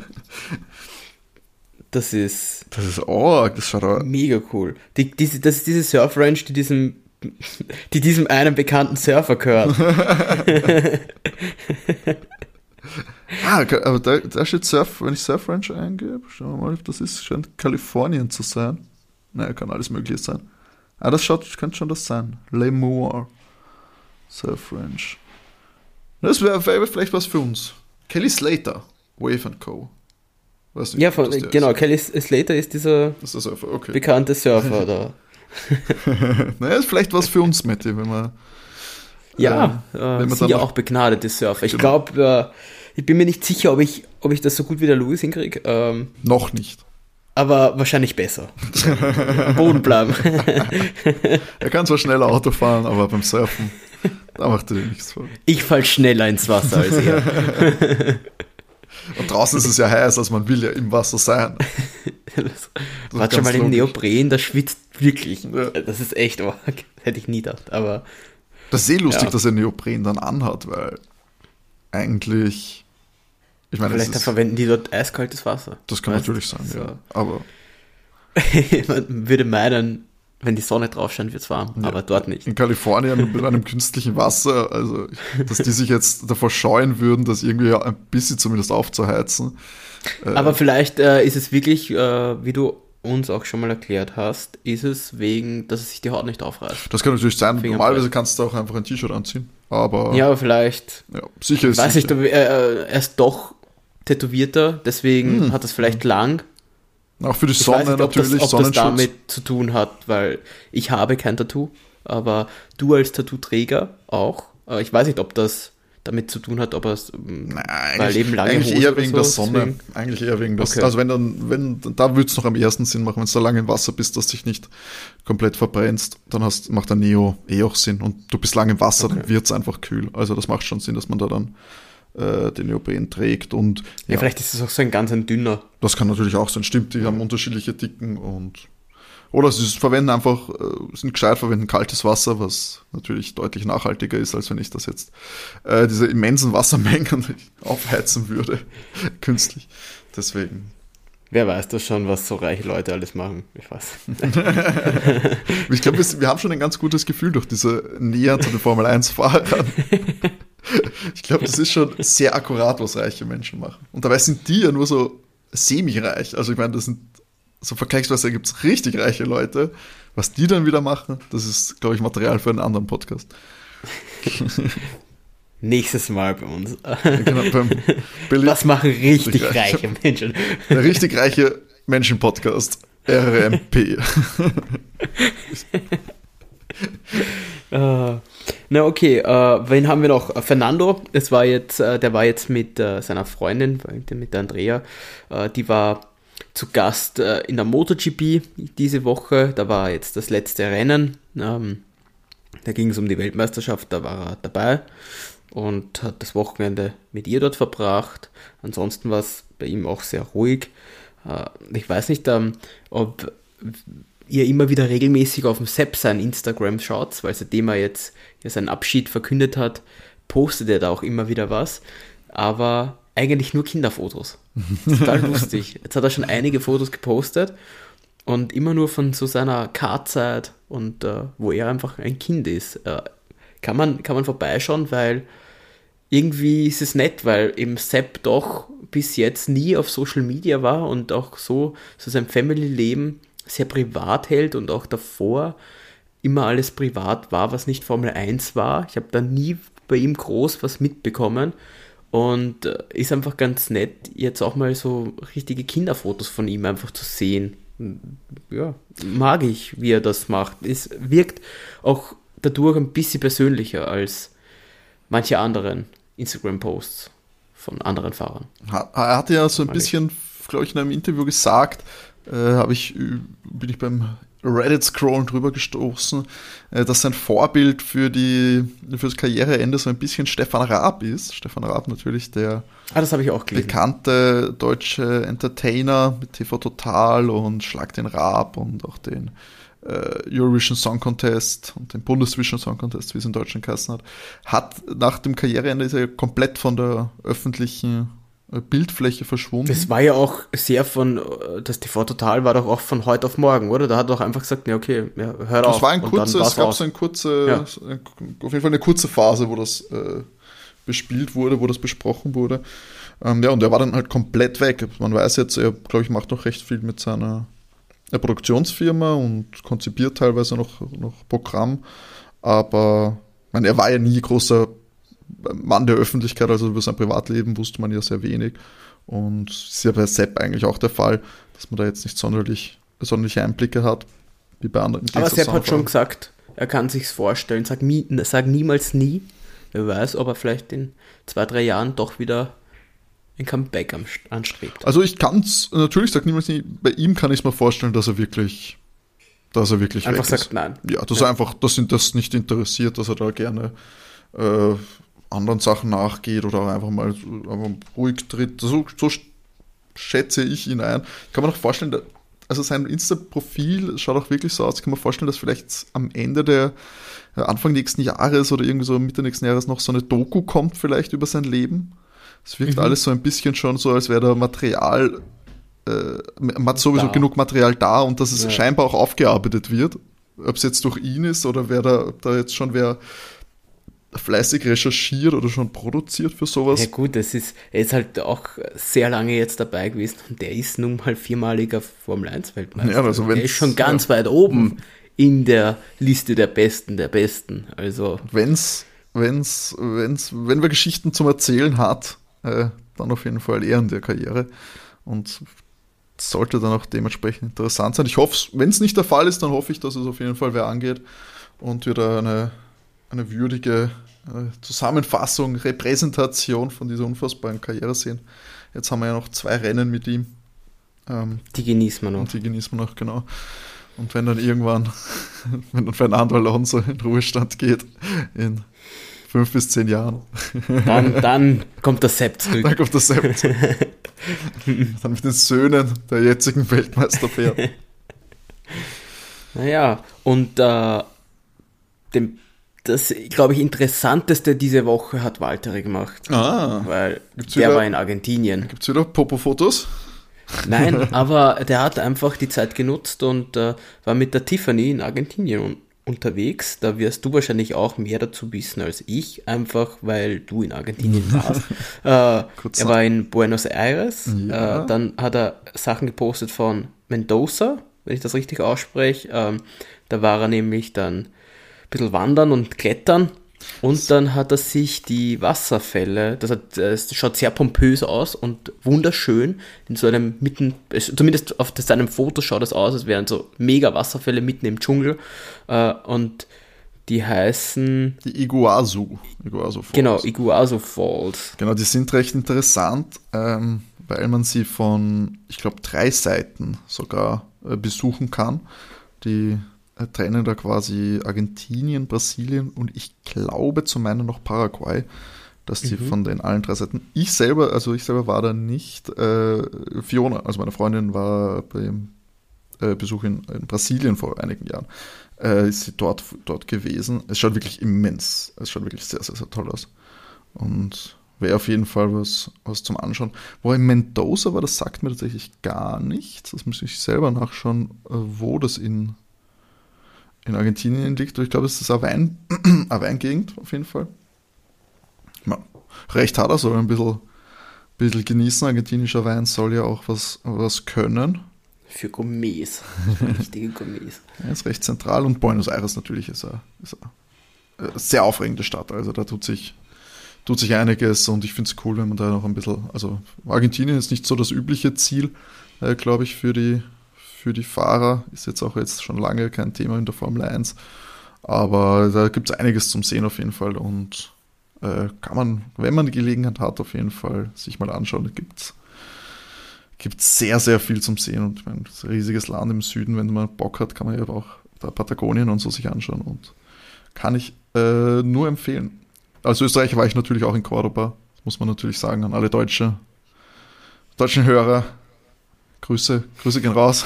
Das ist... Das ist arg, das schaut auch... Mega cool. Die, diese, das ist diese Surf-Ranch, die diesem, die diesem einen bekannten Surfer gehört. ah, aber da, da steht Surf, wenn ich Surf-Ranch eingebe, schauen wir mal, das ist, scheint Kalifornien zu sein. Naja, kann alles Mögliche sein. Ah, das schaut, könnte schon das sein. Lemoore. Surf-Ranch. Das wäre wär vielleicht was für uns. Kelly Slater, Wave and Co. Weißt du, ja, von, genau, ist. Kelly Slater ist dieser ist der Surfer, okay. bekannte Surfer da. Naja, ist vielleicht was für uns, Matti, wenn wir... Ja, äh, wenn wir sind ja auch begnadete Surfer. Ich genau. glaube, äh, ich bin mir nicht sicher, ob ich, ob ich das so gut wie der Louis hinkriege. Ähm, Noch nicht. Aber wahrscheinlich besser. Am Boden bleiben. Er kann zwar schneller Auto fahren, aber beim Surfen, da macht er dir nichts vor. Ich fall schneller ins Wasser als er. Und draußen ist es ja heiß, also man will ja im Wasser sein. Warte schon mal im Neopren, das schwitzt wirklich. Ja. Das ist echt arg. Hätte ich nie gedacht, aber... Das ist eh lustig, ja. dass er Neopren dann anhat, weil eigentlich... Ich meine, Vielleicht ist, verwenden die dort eiskaltes Wasser. Das kann weißt? natürlich sein, so. Ja. Aber... Man würde meinen, wenn die Sonne drauf scheint, wird es warm, ja. aber dort nicht. In Kalifornien mit einem künstlichen Wasser, also dass die sich jetzt davor scheuen würden, das irgendwie ein bisschen zumindest aufzuheizen. Aber äh, vielleicht äh, ist es wirklich, äh, wie du uns auch schon mal erklärt hast, ist es wegen, dass es sich die Haut nicht aufreißt. Das kann natürlich sein. Normalerweise kannst du auch einfach ein T-Shirt anziehen. Aber ja, aber vielleicht. Ja, sicher ist Ich weiß sicher. nicht, er, er ist doch tätowierter, deswegen hm. hat das vielleicht lang. Auch für die ich Sonne weiß nicht, ob natürlich. Das, ob das damit zu tun hat, weil ich habe kein Tattoo, aber du als Tattoo-Träger auch. Ich weiß nicht, ob das damit zu tun hat, ob es Nein, weil eben lange eigentlich Hose eher wegen so, der Sonne. Deswegen. Eigentlich eher wegen der Okay. Also wenn dann, wenn, da würde es noch am ersten Sinn machen, wenn du da lange im Wasser bist, dass dich nicht komplett verbrennst, dann hast, macht der Neo eh auch Sinn. Und du bist lange im Wasser, okay. Dann wird es einfach kühl. Also das macht schon Sinn, dass man da dann äh, den Neopren trägt. Und ja, ja, vielleicht ist es auch so ein ganz ein dünner. Das kann natürlich auch sein, stimmt, die haben unterschiedliche Dicken und oder sie verwenden einfach, sind gescheit, verwenden kaltes Wasser, was natürlich deutlich nachhaltiger ist, als wenn ich das jetzt äh, diese immensen Wassermengen aufheizen würde, künstlich. Deswegen. Wer weiß das schon, was so reiche Leute alles machen? Ich weiß. Ich glaube, wir, wir haben schon ein ganz gutes Gefühl durch diese Nähe zu den Formel eins Fahrern. Ich glaube, das ist schon sehr akkurat, was reiche Menschen machen. Und dabei sind die ja nur so semi-reich. Also ich meine, das sind so vergleichsweise gibt es richtig reiche Leute. Was die dann wieder machen, das ist, glaube ich, Material für einen anderen Podcast. Nächstes Mal bei uns. Genau, beim Was machen richtig reiche, reiche Menschen? Der richtig reiche Menschen-Podcast. R M P. uh, na okay, uh, wen haben wir noch? Fernando, das war jetzt, uh, der war jetzt mit uh, seiner Freundin, mit der Andrea, uh, die war zu Gast äh, in der MotoGP diese Woche. Da war jetzt das letzte Rennen. Ähm, da ging es um die Weltmeisterschaft, da war er dabei und hat das Wochenende mit ihr dort verbracht. Ansonsten war es bei ihm auch sehr ruhig. Äh, ich weiß nicht, ähm, ob ihr immer wieder regelmäßig auf dem Sepp sein Instagram schaut, weil seitdem er jetzt ja seinen Abschied verkündet hat, postet er da auch immer wieder was. Aber eigentlich nur Kinderfotos. Total lustig. Jetzt hat er schon einige Fotos gepostet und immer nur von so seiner Kartzeit und äh, wo er einfach ein Kind ist. Äh, kann man, kann man vorbeischauen, weil irgendwie ist es nett, weil eben Sepp doch bis jetzt nie auf Social Media war und auch so, so sein Family-Leben sehr privat hält und auch davor immer alles privat war, was nicht Formel eins war. Ich habe da nie bei ihm groß was mitbekommen. Und äh, ist einfach ganz nett, jetzt auch mal so richtige Kinderfotos von ihm einfach zu sehen. Ja, mag ich, wie er das macht. Es wirkt auch dadurch ein bisschen persönlicher als manche anderen Instagram-Posts von anderen Fahrern. Er hatte ja so ein mag bisschen, glaube ich, in einem Interview gesagt, äh, habe ich, bin ich beim Reddit-Scrollen drüber gestoßen, äh, dass sein Vorbild für die für das Karriereende so ein bisschen Stefan Raab ist. Stefan Raab natürlich der ah, das habe ich auch gelesen. bekannte deutsche Entertainer mit T V Total und Schlag den Raab und auch den äh, Eurovision Song Contest und den Bundesvision Song Contest, wie es in Deutschland geheißen hat. Hat nach dem Karriereende ist er komplett von der öffentlichen Bildfläche verschwunden. Das war ja auch sehr von, das T V Total war doch auch von heute auf morgen, oder? Da hat er doch einfach gesagt, ja okay, ja, hör auf. Das war ein kurze, es gab aus. so eine kurze, ja. auf jeden Fall eine kurze Phase, wo das äh, bespielt wurde, wo das besprochen wurde. Ähm, ja, und er war dann halt komplett weg. Man weiß jetzt, er, glaube ich, macht noch recht viel mit seiner Produktionsfirma und konzipiert teilweise noch, noch Programm, aber ich meine, er war ja nie großer Mann der Öffentlichkeit, also über sein Privatleben wusste man ja sehr wenig. Und es ist ja bei Sepp eigentlich auch der Fall, dass man da jetzt nicht sonderlich, sonderliche Einblicke hat, wie bei anderen. Aber Sepp hat schon gesagt, er kann sich's vorstellen. Sag, nie, sag niemals nie. Wer weiß, ob er vielleicht in zwei, drei Jahren doch wieder ein Comeback anstrebt. Also ich kann es, natürlich sag niemals nie, bei ihm kann ich es mir vorstellen, dass er wirklich, dass er wirklich einfach weg sagt ist. Nein. Ja, dass ja. er einfach, dass ihn das nicht interessiert, dass er da gerne äh, anderen Sachen nachgeht oder einfach mal einfach ruhig tritt. So, so schätze ich ihn ein. Ich kann mir noch vorstellen, also sein Insta-Profil schaut auch wirklich so aus, ich kann mir vorstellen, dass vielleicht am Ende der Anfang nächsten Jahres oder irgendwie so Mitte nächsten Jahres noch so eine Doku kommt vielleicht über sein Leben. Es wirkt mhm. alles so ein bisschen schon so, als wäre da Material, äh, man hat sowieso da. genug Material da und dass es ja. scheinbar auch aufgearbeitet wird. Ob es jetzt durch ihn ist oder wer da, ob da jetzt schon wer fleißig recherchiert oder schon produziert für sowas. Ja gut, das ist, er ist halt auch sehr lange jetzt dabei gewesen und der ist nun mal viermaliger Formel eins Weltmeister. Ja, also der ist schon ganz ja. weit oben in der Liste der Besten der Besten. Also wenn's, wenn's, wenn's, wenn wer Geschichten zum Erzählen hat, äh, dann auf jeden Fall eher in der Karriere und sollte dann auch dementsprechend interessant sein. Ich hoffe, wenn es nicht der Fall ist, dann hoffe ich, dass es auf jeden Fall wer angeht und wir da eine eine würdige äh, Zusammenfassung, Repräsentation von dieser unfassbaren Karriere sehen. Jetzt haben wir ja noch zwei Rennen mit ihm. Ähm, die genießen wir noch. Und die genießen wir noch, genau. Und wenn dann irgendwann, wenn dann Fernando Alonso in Ruhestand geht, in fünf bis zehn Jahren. Dann, dann kommt der Sepp zurück. Dann kommt der Sepp zurück. Dann mit den Söhnen der jetzigen Weltmeister fährt. Naja, und äh, dem das, glaube ich, Interessanteste diese Woche hat Valtteri gemacht. Ah. Weil gibt's der wieder, war in Argentinien. Gibt es wieder Popo-Fotos? Nein, aber der hat einfach die Zeit genutzt und äh, war mit der Tiffany in Argentinien un- unterwegs. Da wirst du wahrscheinlich auch mehr dazu wissen als ich, einfach weil du in Argentinien warst. äh, er war in Buenos Aires. Ja. Äh, dann hat er Sachen gepostet von Mendoza, wenn ich das richtig ausspreche. Ähm, da war er nämlich dann bisschen wandern und klettern und dann hat er sich die Wasserfälle, das, hat, das schaut sehr pompös aus und wunderschön, in so einem mitten, zumindest auf seinem Foto schaut das aus, als wären so mega Wasserfälle mitten im Dschungel und Die heißen... Die Iguazu. Iguazu Falls. Genau, Iguazu Falls. Genau, die sind recht interessant, ähm, weil man sie von, ich glaube, drei Seiten sogar äh, besuchen kann. Die äh, trennen da quasi Argentinien, Brasilien und ich glaube zu meinen noch Paraguay, dass die mhm. von den allen drei Seiten. Ich selber, also ich selber war da nicht. Äh, Fiona, also meine Freundin, war beim äh, Besuch in, in Brasilien vor einigen Jahren. Äh, ist sie dort, dort gewesen. Es schaut wirklich immens. Es schaut wirklich sehr, sehr, sehr toll aus. Und wäre auf jeden Fall was, was zum Anschauen. Wo in Mendoza war, das sagt mir tatsächlich gar nichts. Das muss ich selber nachschauen, wo das in, in Argentinien liegt. Ich glaube, es ist eine, Wein, eine Weingegend auf jeden Fall. Ja, recht hat er, soll ein bisschen, bisschen genießen. Argentinischer Wein soll ja auch was, was können. Für Gourmets. Richtige Gourmets. Ja, ist recht zentral und Buenos Aires natürlich ist eine, ist eine sehr aufregende Stadt. Also da tut sich, tut sich einiges und ich finde es cool, wenn man da noch ein bisschen, also Argentinien ist nicht so das übliche Ziel, äh, glaube ich, für die, für die Fahrer. Ist jetzt auch jetzt schon lange kein Thema in der Formel eins. Aber da gibt es einiges zum Sehen auf jeden Fall und äh, kann man, wenn man die Gelegenheit hat, auf jeden Fall sich mal anschauen. Da gibt es gibt sehr, sehr viel zum Sehen und ich meine, das ist ein riesiges Land im Süden, wenn man Bock hat, kann man ja auch da Patagonien und so sich anschauen und kann ich äh, nur empfehlen. Als Österreicher war ich natürlich auch in Cordoba, das muss man natürlich sagen an alle Deutsche, deutschen Hörer, Grüße, Grüße gehen raus.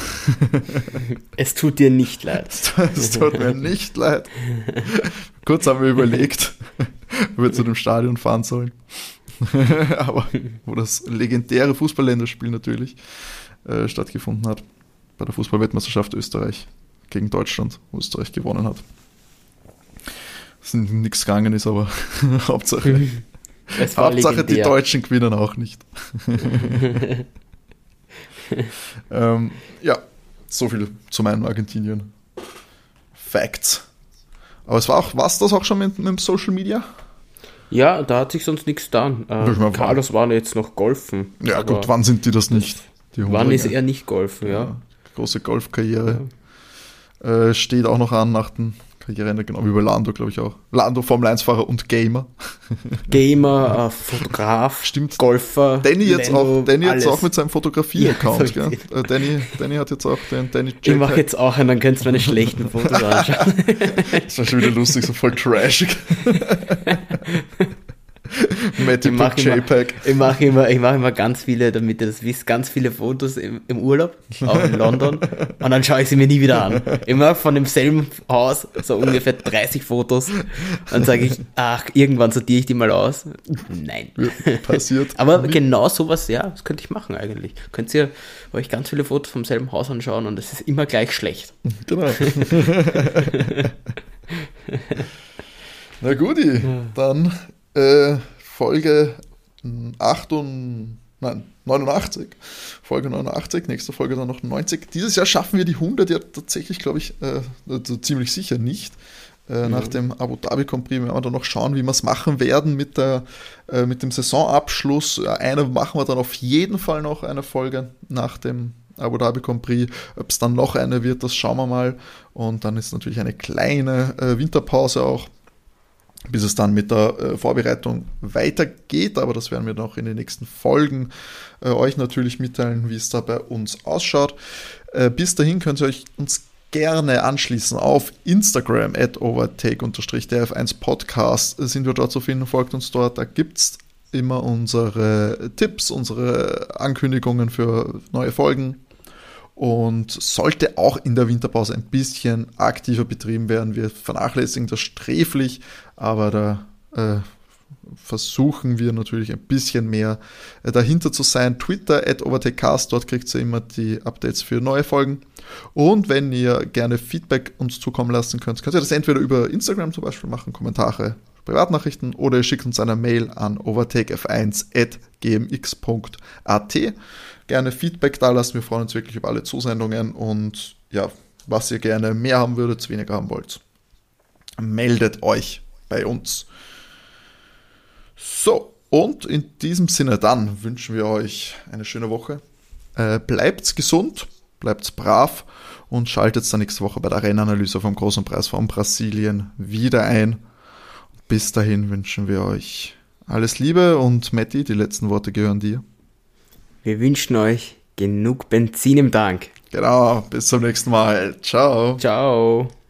Es tut dir nicht leid. Es tut mir nicht leid. Kurz haben wir überlegt, ob wir zu dem Stadion fahren sollen. Aber wo das legendäre Fußballländerspiel natürlich äh, stattgefunden hat, bei der Fußballweltmeisterschaft Österreich gegen Deutschland, wo Österreich gewonnen hat. Es nichts gegangen ist, aber Hauptsache, Hauptsache die Deutschen gewinnen auch nicht. ähm, ja, so viel zu meinen Argentinien Facts. Aber es war auch, was das auch schon mit, mit dem Social Media? Ja, da hat sich sonst nichts getan. Äh, Carlos war jetzt noch golfen. Ja gut, wann sind die das nicht? Die wann ist er nicht golfen, ja. ja. Große Golfkarriere. Ja. Äh, steht auch noch an nach dem Karriereende, genau wie bei Lando, glaube ich auch. Lando, Formel eins Fahrer und Gamer. Gamer, äh, Fotograf, stimmt. Golfer. Danny jetzt, Lando, auch, Danny jetzt auch mit seinem Fotografie-Account. Ja, äh, Danny, Danny hat jetzt auch den Danny J P G. Ich mache jetzt auch einen, dann könntest du meine schlechten Fotos anschauen. Das war schon wieder lustig, so voll trashig. Matty JPEG. Ich mache immer, ich mach immer ganz viele, damit ihr das wisst, ganz viele Fotos im, im Urlaub, auch in London. Und dann schaue ich sie mir nie wieder an. Immer von demselben Haus, so ungefähr dreißig Fotos. Dann sage ich, ach, irgendwann sortiere ich die mal aus. Nein. Ja, passiert. Aber nicht. Genau sowas, ja, das könnte ich machen eigentlich. Könnt ihr euch ganz viele Fotos vom selben Haus anschauen und es ist immer gleich schlecht. Genau. Na guti, dann Äh, Folge acht und, nein, neunundachtzig. Folge neunundachtzig, nächste Folge dann noch neunzig. Dieses Jahr schaffen wir die hundert ja tatsächlich, glaube ich, äh, also ziemlich sicher nicht. Äh, mhm. Nach dem Abu Dhabi Grand Prix werden wir dann noch schauen, wie wir es machen werden mit, der, äh, mit dem Saisonabschluss. Eine machen wir dann auf jeden Fall noch, eine Folge nach dem Abu Dhabi Grand Prix. Ob es dann noch eine wird, das schauen wir mal. Und dann ist natürlich eine kleine äh, Winterpause auch, bis es dann mit der äh, Vorbereitung weitergeht, aber das werden wir noch in den nächsten Folgen äh, euch natürlich mitteilen, wie es da bei uns ausschaut. Äh, bis dahin könnt ihr euch uns gerne anschließen auf Instagram at overtake D F eins Podcast sind wir dort zu finden, folgt uns dort, da gibt es immer unsere Tipps, unsere Ankündigungen für neue Folgen. Und sollte auch in der Winterpause ein bisschen aktiver betrieben werden. Wir vernachlässigen das sträflich, aber da äh, versuchen wir natürlich ein bisschen mehr äh, dahinter zu sein. Twitter at overtakecast, dort kriegt ihr immer die Updates für neue Folgen. Und wenn ihr gerne Feedback uns zukommen lassen könnt, könnt ihr das entweder über Instagram zum Beispiel machen, Kommentare, Privatnachrichten, oder ihr schickt uns eine Mail an overtake f eins at g m x punkt a t. Gerne Feedback da lassen, wir freuen uns wirklich über alle Zusendungen und ja, was ihr gerne mehr haben würdet, weniger haben wollt, meldet euch bei uns. So, und in diesem Sinne dann wünschen wir euch eine schöne Woche. Äh, bleibt gesund bleibt brav und schaltet dann nächste Woche bei der Rennanalyse vom Großen Preis von Brasilien wieder ein. Bis dahin wünschen wir euch alles Liebe und Matti, die letzten Worte gehören dir. Wir wünschen euch genug Benzin im Tank. Genau, bis zum nächsten Mal. Ciao. Ciao.